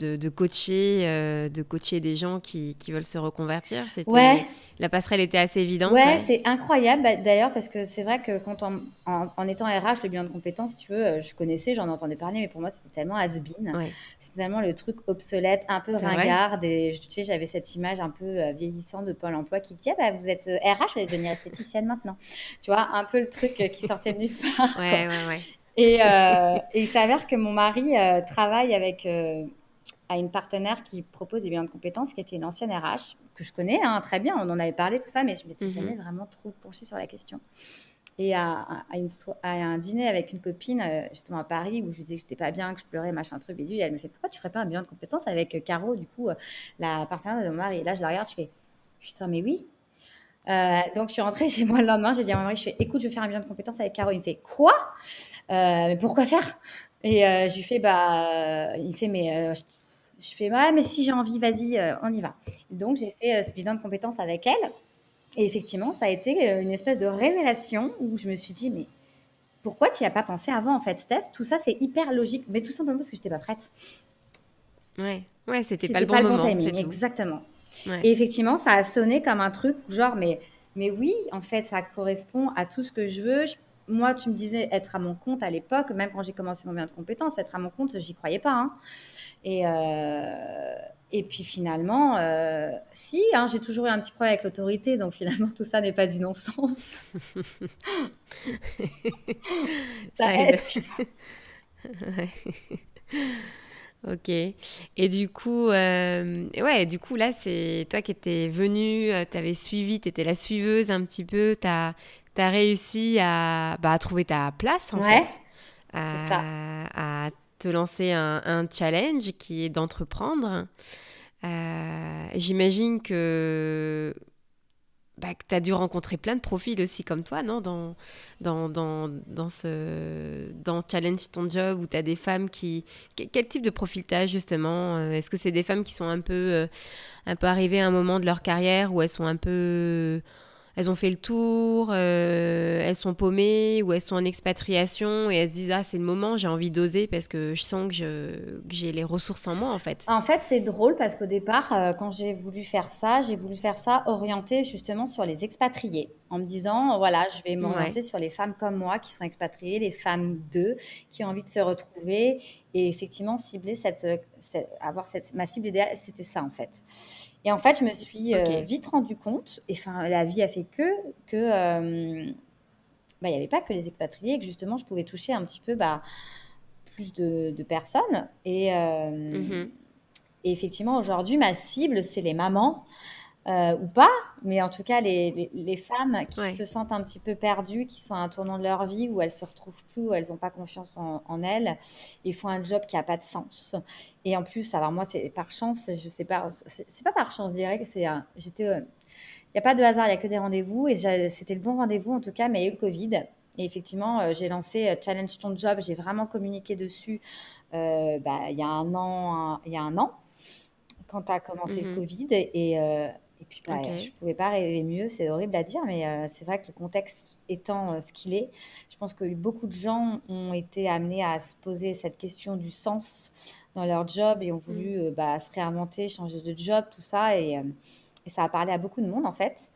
de coacher des gens qui veulent se reconvertir. Ouais, La passerelle était assez évidente, ouais, ouais. c'est incroyable d'ailleurs parce que c'est vrai que quand en étant RH, le bilan de compétences, si tu veux, je connaissais, j'en entendais parler, mais pour moi c'était tellement has-been, Ouais, c'était tellement le truc obsolète, un peu c'est vrai. ringard, et tu sais, j'avais cette image un peu vieillissante de Pôle Emploi qui dit ah bah vous êtes RH, vous allez devenir esthéticienne maintenant, tu vois, un peu le truc qui sortait de nulle part quoi. Ouais, ouais, ouais. Et il s'avère que mon mari travaille avec à une partenaire qui propose des bilans de compétences, qui était une ancienne RH, que je connais hein, très bien, on en avait parlé, tout ça, mais je ne m'étais jamais Mhm. vraiment trop penchée sur la question. Et à un dîner avec une copine, justement à Paris, où je lui disais que j'étais pas bien, que je pleurais, machin truc, bidule, et elle me fait pourquoi tu ferais pas un bilan de compétences avec Caro, du coup, la partenaire de mon mari. Et là, je la regarde, je fais putain, mais oui. Donc, je suis rentrée chez moi le lendemain, j'ai dit à mon mari, je fais écoute, je vais faire un bilan de compétences avec Caro. Il me fait quoi? Mais pourquoi faire? Et je lui fais, bah, il fait, mais je fais, ouais, mais si j'ai envie, vas-y, on y va. Donc, j'ai fait ce bilan de compétences avec elle. Et effectivement, ça a été une espèce de révélation où je me suis dit, mais pourquoi tu n'y as pas pensé avant, en fait, Steph? Tout ça, c'est hyper logique, mais tout simplement parce que je n'étais pas prête. Ouais, ouais, c'était pas C'était le bon pas le bon moment, c'est timing, tout. exactement. Ouais. Et effectivement, ça a sonné comme un truc, genre, mais oui, en fait, ça correspond à tout ce que je veux. Moi, tu me disais être à mon compte à l'époque, même quand j'ai commencé mon bilan de compétences, être à mon compte, j'y croyais pas. Hein. Et puis finalement, si, hein, j'ai toujours eu un petit problème avec l'autorité, donc finalement, tout ça n'est pas du non-sens. Ça Ça aide. aide. Ouais. Ok. Et du coup, là, c'est toi qui étais venue, tu avais suivi, tu étais la suiveuse un petit peu, tu as réussi à trouver ta place, en Ouais, fait, c'est ça. à te lancer un challenge qui est d'entreprendre. J'imagine que que tu as dû rencontrer plein de profils aussi comme toi, non, dans Challenge ton job, où tu as des femmes qui... Quel type de profil tu as justement? Est-ce que c'est des femmes qui sont un peu arrivées à un moment de leur carrière où elles sont un peu... Elles ont fait le tour, elles sont paumées ou elles sont en expatriation et elles se disent ah c'est le moment, j'ai envie d'oser parce que je sens que j'ai les ressources en moi en fait. En fait, c'est drôle parce qu'au départ, quand j'ai voulu faire ça orienté justement sur les expatriés, en me disant, voilà, je vais Ouais. m'orienter sur les femmes comme moi qui sont expatriées, les femmes d'eux, qui ont envie de se retrouver et effectivement cibler ma cible idéale, c'était ça en fait. Et en fait, je me suis Ok. vite rendu compte, et enfin, la vie a fait que bah, il n'y avait pas que les expatriés, que justement, je pouvais toucher un petit peu plus de personnes. Mhm. Et effectivement, aujourd'hui, ma cible, c'est les mamans, ou pas, mais en tout cas, les femmes qui Ouais. se sentent un petit peu perdues, qui sont à un tournant de leur vie, où elles se retrouvent plus, où elles n'ont pas confiance en elles, et font un job qui n'a pas de sens. Et en plus, alors moi, c'est par chance, je sais pas, c'est pas par chance, je dirais que il n'y a pas de hasard, il n'y a que des rendez-vous, et c'était le bon rendez-vous en tout cas, mais il y a eu le Covid. Et effectivement, j'ai lancé Challenge ton job, j'ai vraiment communiqué dessus il y a un an, quand a commencé le Mhm. Covid. Et puis, je Ok. ne pouvais pas rêver mieux. C'est horrible à dire, mais c'est vrai que le contexte étant ce qu'il est, je pense que beaucoup de gens ont été amenés à se poser cette question du sens dans leur job et ont Mm. voulu se réinventer, changer de job, tout ça. Et ça a parlé à beaucoup de monde, en fait.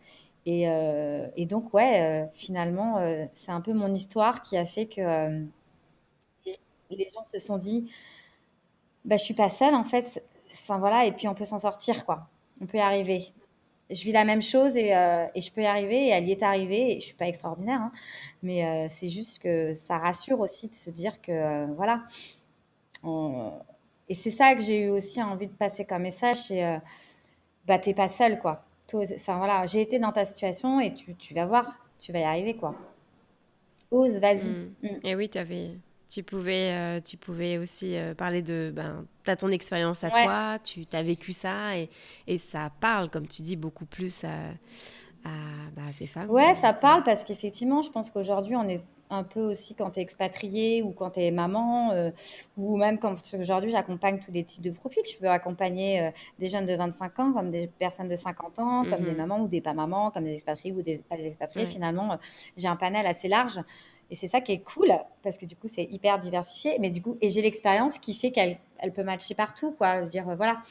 Et donc, ouais, finalement, c'est un peu mon histoire qui a fait que les gens se sont dit, bah, je suis pas seule en fait. Enfin voilà, et puis on peut s'en sortir quoi. On peut y arriver. Je vis la même chose et je peux y arriver et elle y est arrivée et je suis pas extraordinaire, hein, mais c'est juste que ça rassure aussi de se dire que voilà. on- Et c'est ça que j'ai eu aussi envie de passer comme message, c'est bah t'es pas seule quoi. Enfin voilà, j'ai été dans ta situation et tu vas voir, tu vas y arriver quoi. Ose, vas-y. Mm. Mm. Et oui, tu pouvais aussi parler t'as ton expérience à Ouais. toi, t'as vécu ça et ça parle, comme tu dis, beaucoup plus à ces femmes. Ouais, Donc, ça parle parce qu'effectivement, je pense qu'aujourd'hui, on est un peu aussi quand tu es expatrié ou quand tu es maman, ou même quand aujourd'hui, j'accompagne tous les types de profils. Je peux accompagner des jeunes de 25 ans, comme des personnes de 50 ans, comme des mhm. mamans ou des pas mamans, comme des expatriés ou pas des expatriés. Ouais. Finalement, j'ai un panel assez large et c'est ça qui est cool parce que du coup, c'est hyper diversifié. Mais du coup, et j'ai l'expérience qui fait qu'elle peut matcher partout, quoi. Je veux dire, voilà.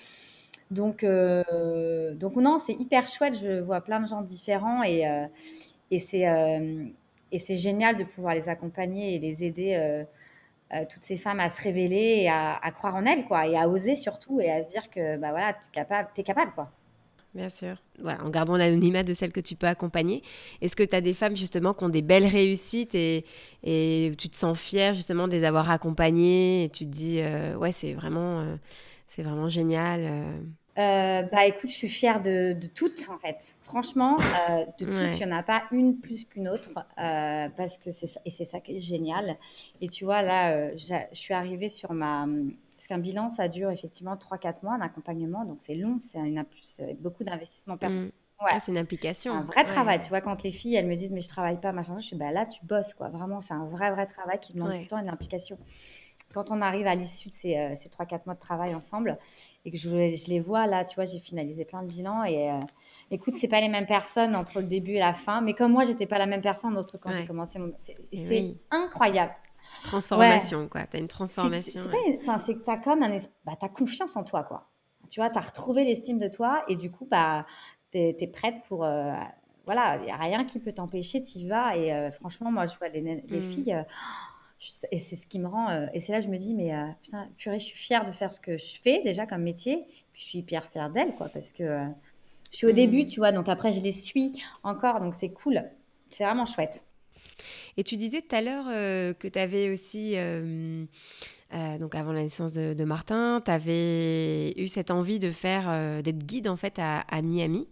Donc non, c'est hyper chouette. Je vois plein de gens différents et c'est euh, et c'est génial de pouvoir les accompagner et les aider, toutes ces femmes à se révéler et à croire en elles, quoi, et à oser surtout et à se dire que bah voilà, t'es capable, quoi. Bien sûr. Voilà, en gardant l'anonymat de celles que tu peux accompagner. Est-ce que tu as des femmes justement qui ont des belles réussites et tu te sens fière justement de les avoir accompagnées et tu te dis ouais c'est vraiment génial. Bah écoute, je suis fière de toutes en fait. Franchement, de toutes, il Ouais. n'y en a pas une plus qu'une autre parce que c'est ça, et c'est ça qui est génial. Et tu vois, là, je suis arrivée sur Parce qu'un bilan, ça dure effectivement 3 4 mois d'accompagnement, donc c'est long, c'est beaucoup d'investissement personnel. Mm. Ouais, Ah, c'est une c'est un implication. vrai travail. Tu Ouais. vois, quand les filles, elles me disent, mais je travaille pas, machin, je suis, bah là, tu bosses, quoi. Vraiment, c'est un vrai, vrai travail qui demande du Ouais. temps et de l'implication. Quand on arrive à l'issue de ces 3 4 mois de travail ensemble et que je les vois, là, tu vois, j'ai finalisé plein de bilans et écoute, c'est pas les mêmes personnes entre le début et la fin, mais comme moi, j'étais pas la même personne autre quand j'ai Ouais. commencé. Et Et c'est oui. incroyable. Ouais, Transformation quoi. T'as une transformation. c'est pas, Ouais. enfin, c'est que t'as comme t'as confiance en toi, quoi. Tu vois, t'as retrouvé l'estime de toi et du coup, t'es prête pour, voilà, il y a rien qui peut t'empêcher, t'y vas et franchement, moi, je vois les Mm. filles. Et c'est ce qui me rend. Et c'est là que je me dis, mais putain, purée, je suis fière de faire ce que je fais déjà comme métier. Puis je suis hyper fière d'elle, quoi, parce que je suis au début, Mm. tu vois, donc après, je les suis encore, donc c'est cool. C'est vraiment chouette. Et tu disais tout à l'heure que tu avais aussi, donc avant la naissance de Martin, tu avais eu cette envie de faire, d'être guide en fait à Miami.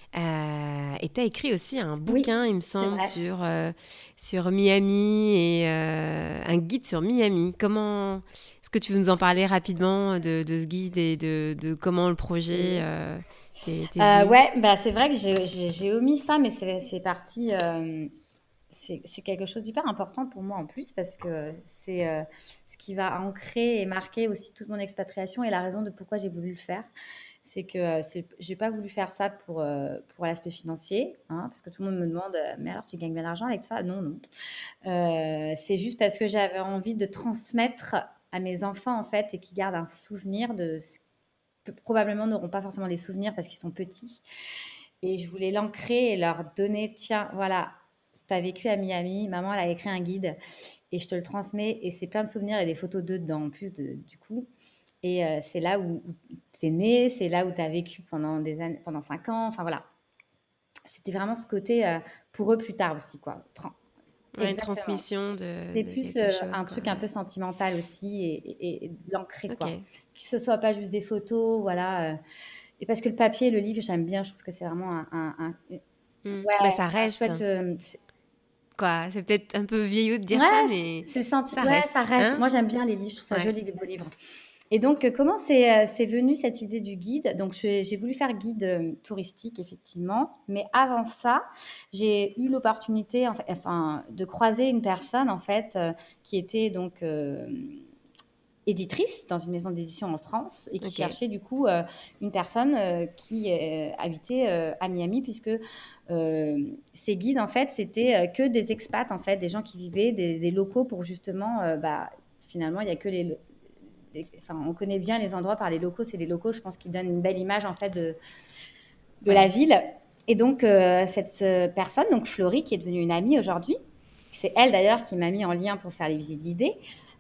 Et tu as écrit aussi un Oui, bouquin, il me c'est semble, vrai. sur Miami et un guide sur Miami. Est-ce que tu veux nous en parler rapidement de ce guide et de comment le projet tes villes? Ouais, bah, c'est vrai que j'ai omis ça, mais c'est parti. C'est quelque chose d'hyper important pour moi en plus parce que c'est ce qui va ancrer et marquer aussi toute mon expatriation et la raison de pourquoi j'ai voulu le faire. C'est que j'ai pas voulu faire ça pour l'aspect financier, hein, parce que tout le monde me demande mais alors tu gagnes bien d'argent avec ça? Non, non. C'est juste parce que j'avais envie de transmettre à mes enfants en fait et qu'ils gardent un souvenir de ce probablement n'auront pas forcément les souvenirs parce qu'ils sont petits. Et je voulais l'ancrer et leur donner, tiens, voilà, tu as vécu à Miami, maman, elle a écrit un guide et je te le transmets. Et c'est plein de souvenirs et des photos d'eux dedans en plus, du coup. Et c'est là où tu es né, c'est là où tu as vécu pendant des années, pendant 5 ans. Enfin voilà. C'était vraiment ce côté pour eux plus tard aussi, quoi. Ouais, une Exactement. transmission C'était de plus quelque chose, un quoi. truc un peu sentimental aussi et de l'ancrer, Ok. quoi. Que ce soit pas juste des photos, voilà. Et parce que le papier, le livre, j'aime bien. Je trouve que c'est vraiment Bah, ouais, ça c'est un reste, chouette. quoi. C'est peut-être un peu vieillot de dire Ouais, ça, mais ça ouais, ça reste, reste. hein? Moi, j'aime bien les livres. Je trouve ça Ouais. joli, les beaux livres. Et donc, comment c'est venu cette idée du guide? Donc, j'ai voulu faire guide touristique, effectivement. Mais avant ça, j'ai eu l'opportunité, enfin, de croiser une personne, en fait, qui était donc éditrice dans une maison d'édition en France et qui Ok. cherchait du coup une personne qui habitait à Miami puisque ces guides en fait c'était que des expats en fait, des gens qui vivaient des locaux pour justement bah, finalement il y a que enfin, on connaît bien les endroits par les locaux, c'est les locaux je pense qui donnent une belle image en fait de la Ouais. ville. Et donc cette personne, donc Florie, qui est devenue une amie aujourd'hui, c'est elle d'ailleurs qui m'a mis en lien pour faire les visites guidées,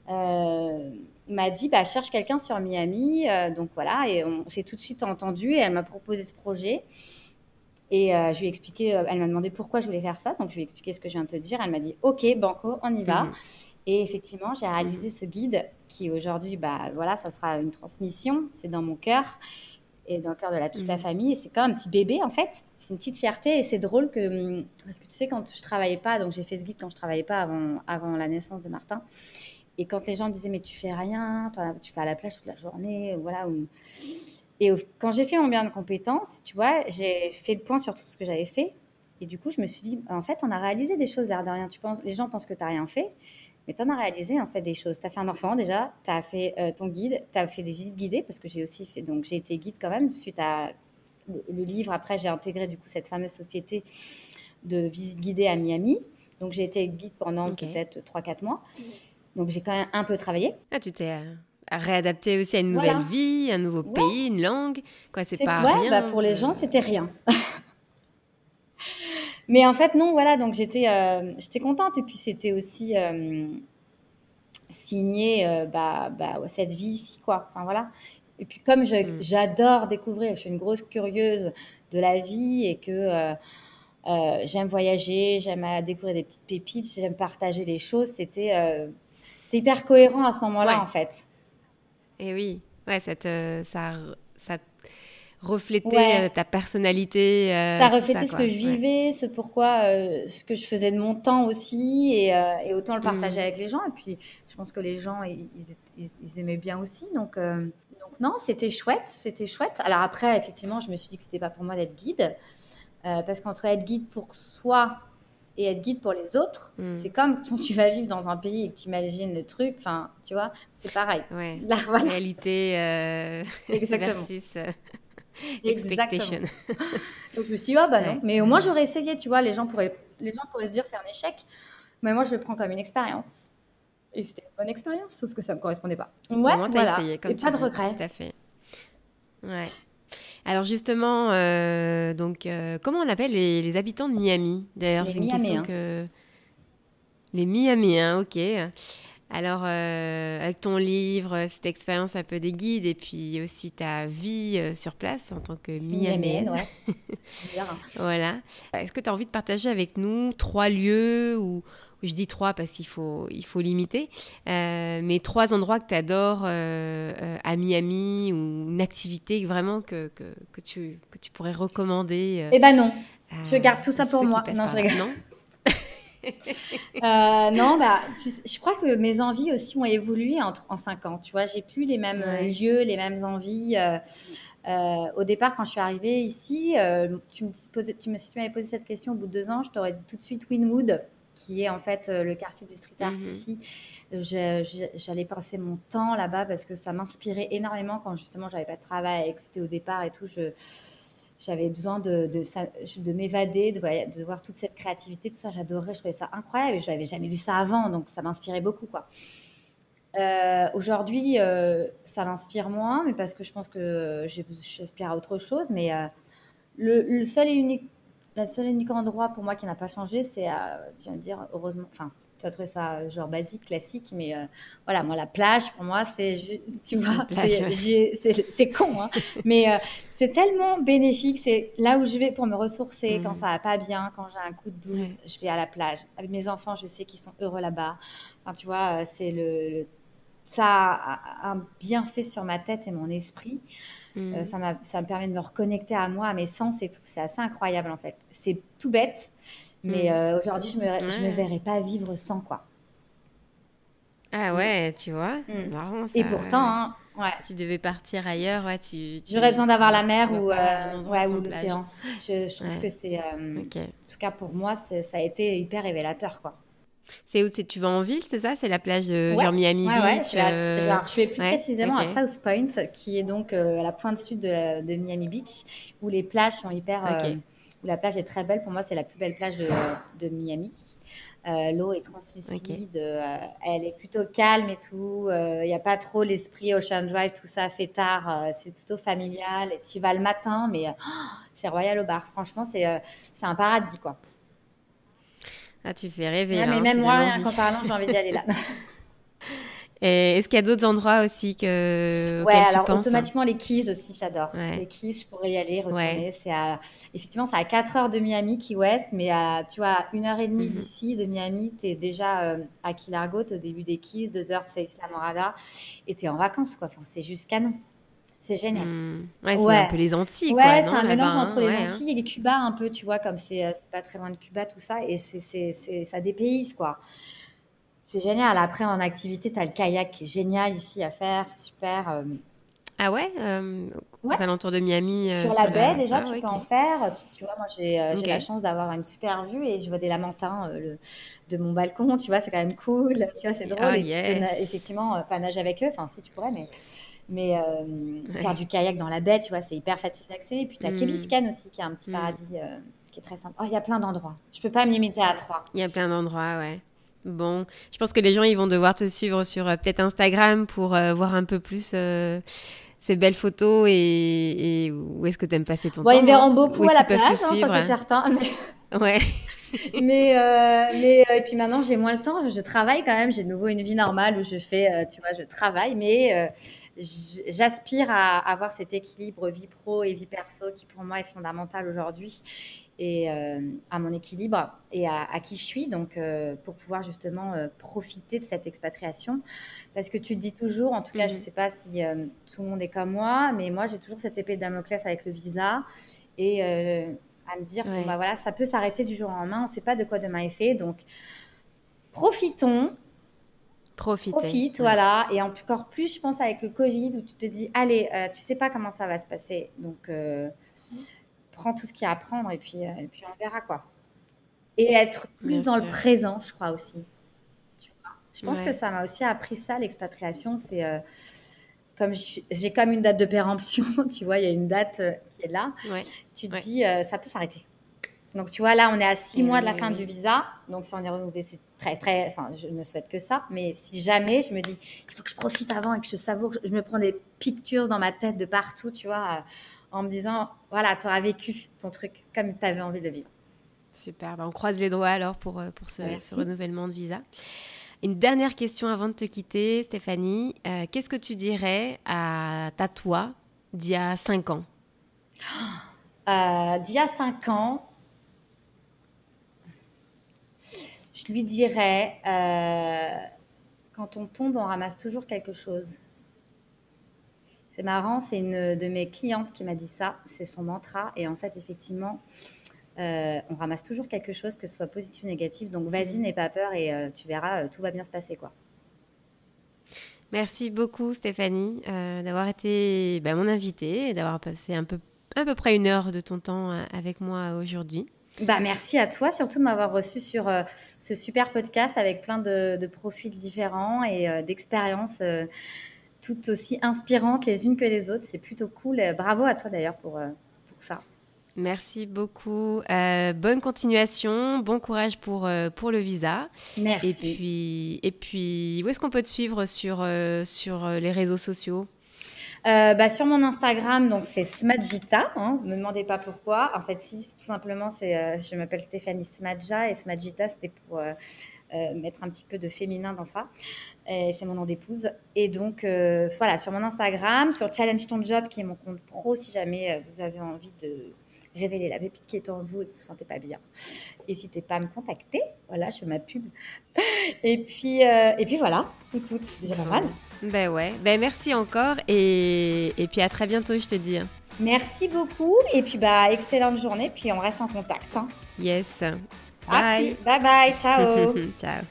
m'a dit bah, cherche quelqu'un sur Miami. Donc voilà, et on s'est tout de suite entendu et elle m'a proposé ce projet. Et je lui ai expliqué, elle m'a demandé pourquoi je voulais faire ça. Donc je lui ai expliqué ce que je viens de te dire. Elle m'a dit ok, banco, on y va. Mhm. Et effectivement, j'ai Mhm. réalisé ce guide qui aujourd'hui, bah, voilà, ça sera une transmission. C'est dans mon cœur et dans le cœur de toute la Mhm. famille. Et c'est comme un petit bébé, en fait. C'est une petite fierté et c'est drôle que... Parce que tu sais, quand je travaillais pas, donc j'ai fait ce guide quand je travaillais pas avant la naissance de Martin. Et quand les gens me disaient, mais tu fais rien, tu fais à la plage toute la journée, voilà. Et quand j'ai fait mon bilan de compétences, tu vois, j'ai fait le point sur tout ce que j'avais fait. Et du coup, je me suis dit, en fait, on a réalisé des choses, l'air de rien. Les gens pensent que tu n'as rien fait, mais tu en as réalisé en fait des choses. Tu as fait un enfant déjà, tu as fait ton guide, tu as fait des visites guidées, parce que j'ai aussi fait, donc j'ai été guide quand même, suite à le livre. Après, j'ai intégré du coup cette fameuse société de visites guidées à Miami. Donc j'ai été guide pendant Ok. peut-être 3-4 mois. Donc j'ai quand même un peu travaillé. Ah, tu t'es réadapté aussi à une nouvelle Voilà. vie, un nouveau Ouais, pays, une langue. Quoi, c'est pas ouais, bah rien pour les gens, de... c'était rien. Mais en fait, non, voilà, donc j'étais contente. Et puis, c'était aussi signer ouais, cette vie ici, quoi. Enfin, voilà. Et puis, comme Hmm. j'adore découvrir, je suis une grosse curieuse de la vie et que j'aime voyager, j'aime découvrir des petites pépites, j'aime partager les choses, c'était hyper cohérent à ce moment-là, Ouais. en fait. Et oui. Ouais, ça reflétait Ouais. ta personnalité, Ça tout ça, reflétait ce que quoi. je Ouais. vivais, ce que je faisais de mon temps aussi, et autant le partager Hmm. avec les gens. Et puis, je pense que les gens, ils aimaient bien aussi. Donc non, c'était chouette, c'était chouette. Alors après, effectivement, je me suis dit que c'était pas pour moi d'être guide, parce qu'entre être guide pour soi et être guide pour les autres, Hmm. c'est comme quand tu vas vivre dans un pays et que tu imagines le truc, enfin, tu vois, c'est pareil. Ouais. Là, voilà, Réalité exactement. versus Exactement. expectation. Donc je me suis dit, ah bah non. Ouais, Mais au moins, ouais. j'aurais essayé, tu vois. Les gens pourraient se dire c'est un échec. Mais moi, je le prends comme une expérience. Et c'était une bonne expérience, sauf que ça ne me correspondait pas. Au Ouais, moins, t'as voilà. essayé, Et comme tu pas de dis. regret. Tout à fait. Ouais. Alors justement, donc, comment on appelle les habitants de Miami? D'ailleurs, Les c'est une question Miaméens. que... Les Miamiens, ok. Alors, avec ton livre, cette expérience un peu des guides et puis aussi ta vie sur place en tant que Miaméenne, Miaméenne, ouais. C'est bizarre, hein. voilà. Est-ce que tu as envie de partager avec nous 3 lieux ou je dis 3 parce qu'il faut limiter, mais 3 endroits que tu adores à Miami ou une activité vraiment que tu pourrais recommander Eh ben non. Je garde tout à ça pour ceux qui moi. passent Non, par je là? rigole. Non? Non, bah, je crois que mes envies aussi ont évolué en 5 ans. Tu vois, j'ai plus les mêmes Ouais. lieux, les mêmes envies. Au départ, quand je suis arrivée ici, si tu m'avais posé cette question au bout de 2 ans, je t'aurais dit tout de suite Wynwood, qui est en fait le quartier du street art ici. J'allais passer mon temps là-bas parce que ça m'inspirait énormément quand justement j'avais pas de travail et que c'était au départ et tout. J'avais besoin de m'évader, de voir toute cette créativité, tout ça. J'adorais, je trouvais ça incroyable et je n'avais jamais vu ça avant, donc ça m'inspirait beaucoup, quoi. Aujourd'hui, ça m'inspire moins, mais parce que je pense que j'aspire à autre chose. Mais le seul et unique endroit pour moi qui n'a pas changé, c'est, tu vas me dire, heureusement, enfin, tu vas trouver ça genre basique, classique, mais voilà, moi, la plage, pour moi, tu vois, plage, c'est con, hein, mais c'est tellement bénéfique. C'est là où je vais pour me ressourcer quand ça va pas bien, quand j'ai un coup de blues, je vais à la plage. Avec mes enfants, je sais qu'ils sont heureux là-bas. Enfin, tu vois, ça a un bienfait sur ma tête et mon esprit. Ça me permet de me reconnecter à moi, à mes sens et tout. C'est assez incroyable en fait. C'est tout bête, mais aujourd'hui, je me verrais pas vivre sans, quoi. Ah ouais, tu vois, Mm. marrant ça. Et pourtant, hein, ouais. Si tu devais partir ailleurs, ouais, J'aurais besoin d'avoir la tu mer vois pas un endroit ouais, ou sans plage. l'océan. Je trouve que c'est, Ok. en tout cas pour moi, ça a été hyper révélateur, quoi. C'est où tu vas en ville, c'est ça? C'est la plage de Ouais, genre Miami ouais. Beach. Je vais plus Ouais, précisément à ok, South Point, qui est donc à la pointe sud de Miami Beach, où les plages sont ok. où la plage est très belle. Pour moi, c'est la plus belle plage de Miami. L'eau est Ok. translucide, elle est plutôt calme et tout. Il n'y a pas trop l'esprit Ocean Drive, tout ça fait tard. C'est plutôt familial. Et tu y vas le matin, mais c'est royal au bar. Franchement, c'est un paradis, quoi. Ah, tu fais rêver Ouais, là, mais hein, même tu moi, donnes rien envie. qu'en parlant, j'ai envie d'y aller là. Et est-ce qu'il y a d'autres endroits aussi Ouais, auxquels tu alors penses? automatiquement les Keys aussi, j'adore. Ouais, Les Keys, je pourrais y aller, ouais. retourner. Effectivement, c'est à 4 heures de Miami, Key West, mais tu vois, à 1 heure et demie Mhm. d'ici, de Miami, tu es déjà à Key Largo, t'es au début des Keys, 2 heures, c'est Isla Morada, et tu es en vacances, quoi. Enfin, c'est juste canon. C'est génial. Ouais, c'est un Ouais, peu les Antilles, quoi, ouais, c'est non, un là-bas, mélange entre hein? les Ouais, hein? Antilles et les Cuba, un peu, tu vois, comme c'est pas très loin de Cuba, tout ça, et ça dépayse, quoi. C'est génial. Après, en activité, tu as le kayak qui est génial ici à faire, c'est super. Ah ouais, Ouais, aux alentours de Miami, sur la sur baie, la... déjà, Ah tu ouais, peux ok. en faire. Tu vois, moi, j'ai la Ok. chance d'avoir une super vue et je vois des lamantins de mon balcon. Tu vois, c'est quand même cool. Tu vois, c'est drôle. Ah Et tu peux yes. effectivement pas nager avec eux. Enfin, si tu pourrais, mais faire Ouais. du kayak dans la baie, tu vois, c'est hyper facile d'accès. Et puis, tu as Key Hmm, Biscayne aussi, qui est un petit hmm. paradis qui est très sympa. Oh, il y a plein d'endroits. Je peux pas me limiter à trois. Il y a plein d'endroits, ouais. Bon, je pense que les gens, ils vont devoir te suivre sur peut-être Instagram pour voir un peu plus ces belles photos et où est-ce que tu aimes passer ton Bon, ils me temps, hein? verront Où beaucoup à est-ce la qu'ils peuvent te plage, hein, ça suivre, c'est hein? certain. Ouais. Et puis maintenant, j'ai moins le temps. Je travaille quand même. J'ai de nouveau une vie normale où tu vois, je travaille, mais j'aspire à avoir cet équilibre vie pro et vie perso qui pour moi est fondamental aujourd'hui et à mon équilibre et à qui je suis. Donc, pour pouvoir justement profiter de cette expatriation, parce que tu te dis toujours, en tout cas, je ne Mhm. sais pas si tout le monde est comme moi, mais moi, j'ai toujours cette épée de Damoclès avec le visa et à me dire, bon, bah Ouais. voilà, ça peut s'arrêter du jour au lendemain, on ne sait pas de quoi demain est fait, donc profitons, Profiter, profite, ouais. voilà, et encore plus, je pense, avec le Covid, où tu te dis, allez, tu sais pas comment ça va se passer, donc prends tout ce qu'il y a à prendre, et puis on verra, quoi. Et être plus Bien dans le sûr. présent, je crois aussi. Tu vois. Je pense que Ouais. ça m'a aussi appris ça, l'expatriation, c'est comme j'ai comme une date de péremption, tu vois, il y a une date qui est là, Ouais. tu te Ouais. dis, ça peut s'arrêter. Donc, tu vois, là, on est à 6 mois de la Et fin du oui. visa. Donc, si on est renouvelé, c'est très, très. Enfin, je ne souhaite que ça. Mais si jamais, je me dis, il faut que je profite avant et que je savoure. Je me prends des pictures dans ma tête de partout, tu vois, en me disant, voilà, tu auras vécu ton truc comme tu avais envie de le vivre. Super. Bah, on croise les doigts alors pour ce Merci. renouvellement de visa. Une dernière question avant de te quitter, Stéphanie. Qu'est-ce que tu dirais à ta toi d'il y a 5 ans? D'il y a 5 ans, je lui dirais, quand on tombe, on ramasse toujours quelque chose. C'est marrant, c'est une de mes clientes qui m'a dit ça. C'est son mantra. Et en fait, effectivement, on ramasse toujours quelque chose, que ce soit positif ou négatif. Donc, vas-y, Mhm. n'aie pas peur et tu verras, tout va bien se passer, quoi. Merci beaucoup Stéphanie d'avoir été mon invitée et d'avoir passé à peu près 1 heure de ton temps avec moi aujourd'hui. Merci à toi surtout de m'avoir reçu sur ce super podcast avec plein de profils différents et d'expériences toutes aussi inspirantes les unes que les autres. C'est plutôt cool. Bravo à toi d'ailleurs pour ça. Merci beaucoup. Bonne continuation, bon courage pour le visa. Merci. Et puis où est-ce qu'on peut te suivre sur les réseaux sociaux ? Sur mon Instagram, donc c'est Smadjita, me demandez pas pourquoi. En fait, si, tout simplement, je m'appelle Stéphanie Smadja et Smadjita, c'était pour mettre un petit peu de féminin dans ça. Et c'est mon nom d'épouse. Et donc, voilà, sur mon Instagram, sur Challenge Ton Job, qui est mon compte pro, si jamais vous avez envie de révéler la pépite qui est en vous et que vous ne vous sentez pas bien. N'hésitez pas à me contacter. Voilà, je fais ma pub. Et puis voilà, écoute, c'est déjà pas mal. Ouais, merci encore et puis à très bientôt, je te dis. Merci beaucoup et puis excellente journée, puis on reste en contact. Yes. Bye. Bye, ciao. Ciao.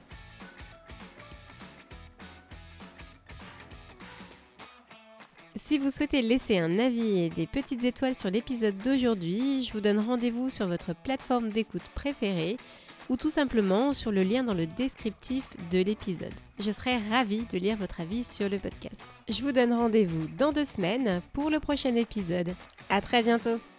Si vous souhaitez laisser un avis et des petites étoiles sur l'épisode d'aujourd'hui, je vous donne rendez-vous sur votre plateforme d'écoute préférée ou tout simplement sur le lien dans le descriptif de l'épisode. Je serai ravie de lire votre avis sur le podcast. Je vous donne rendez-vous dans 2 semaines pour le prochain épisode. À très bientôt.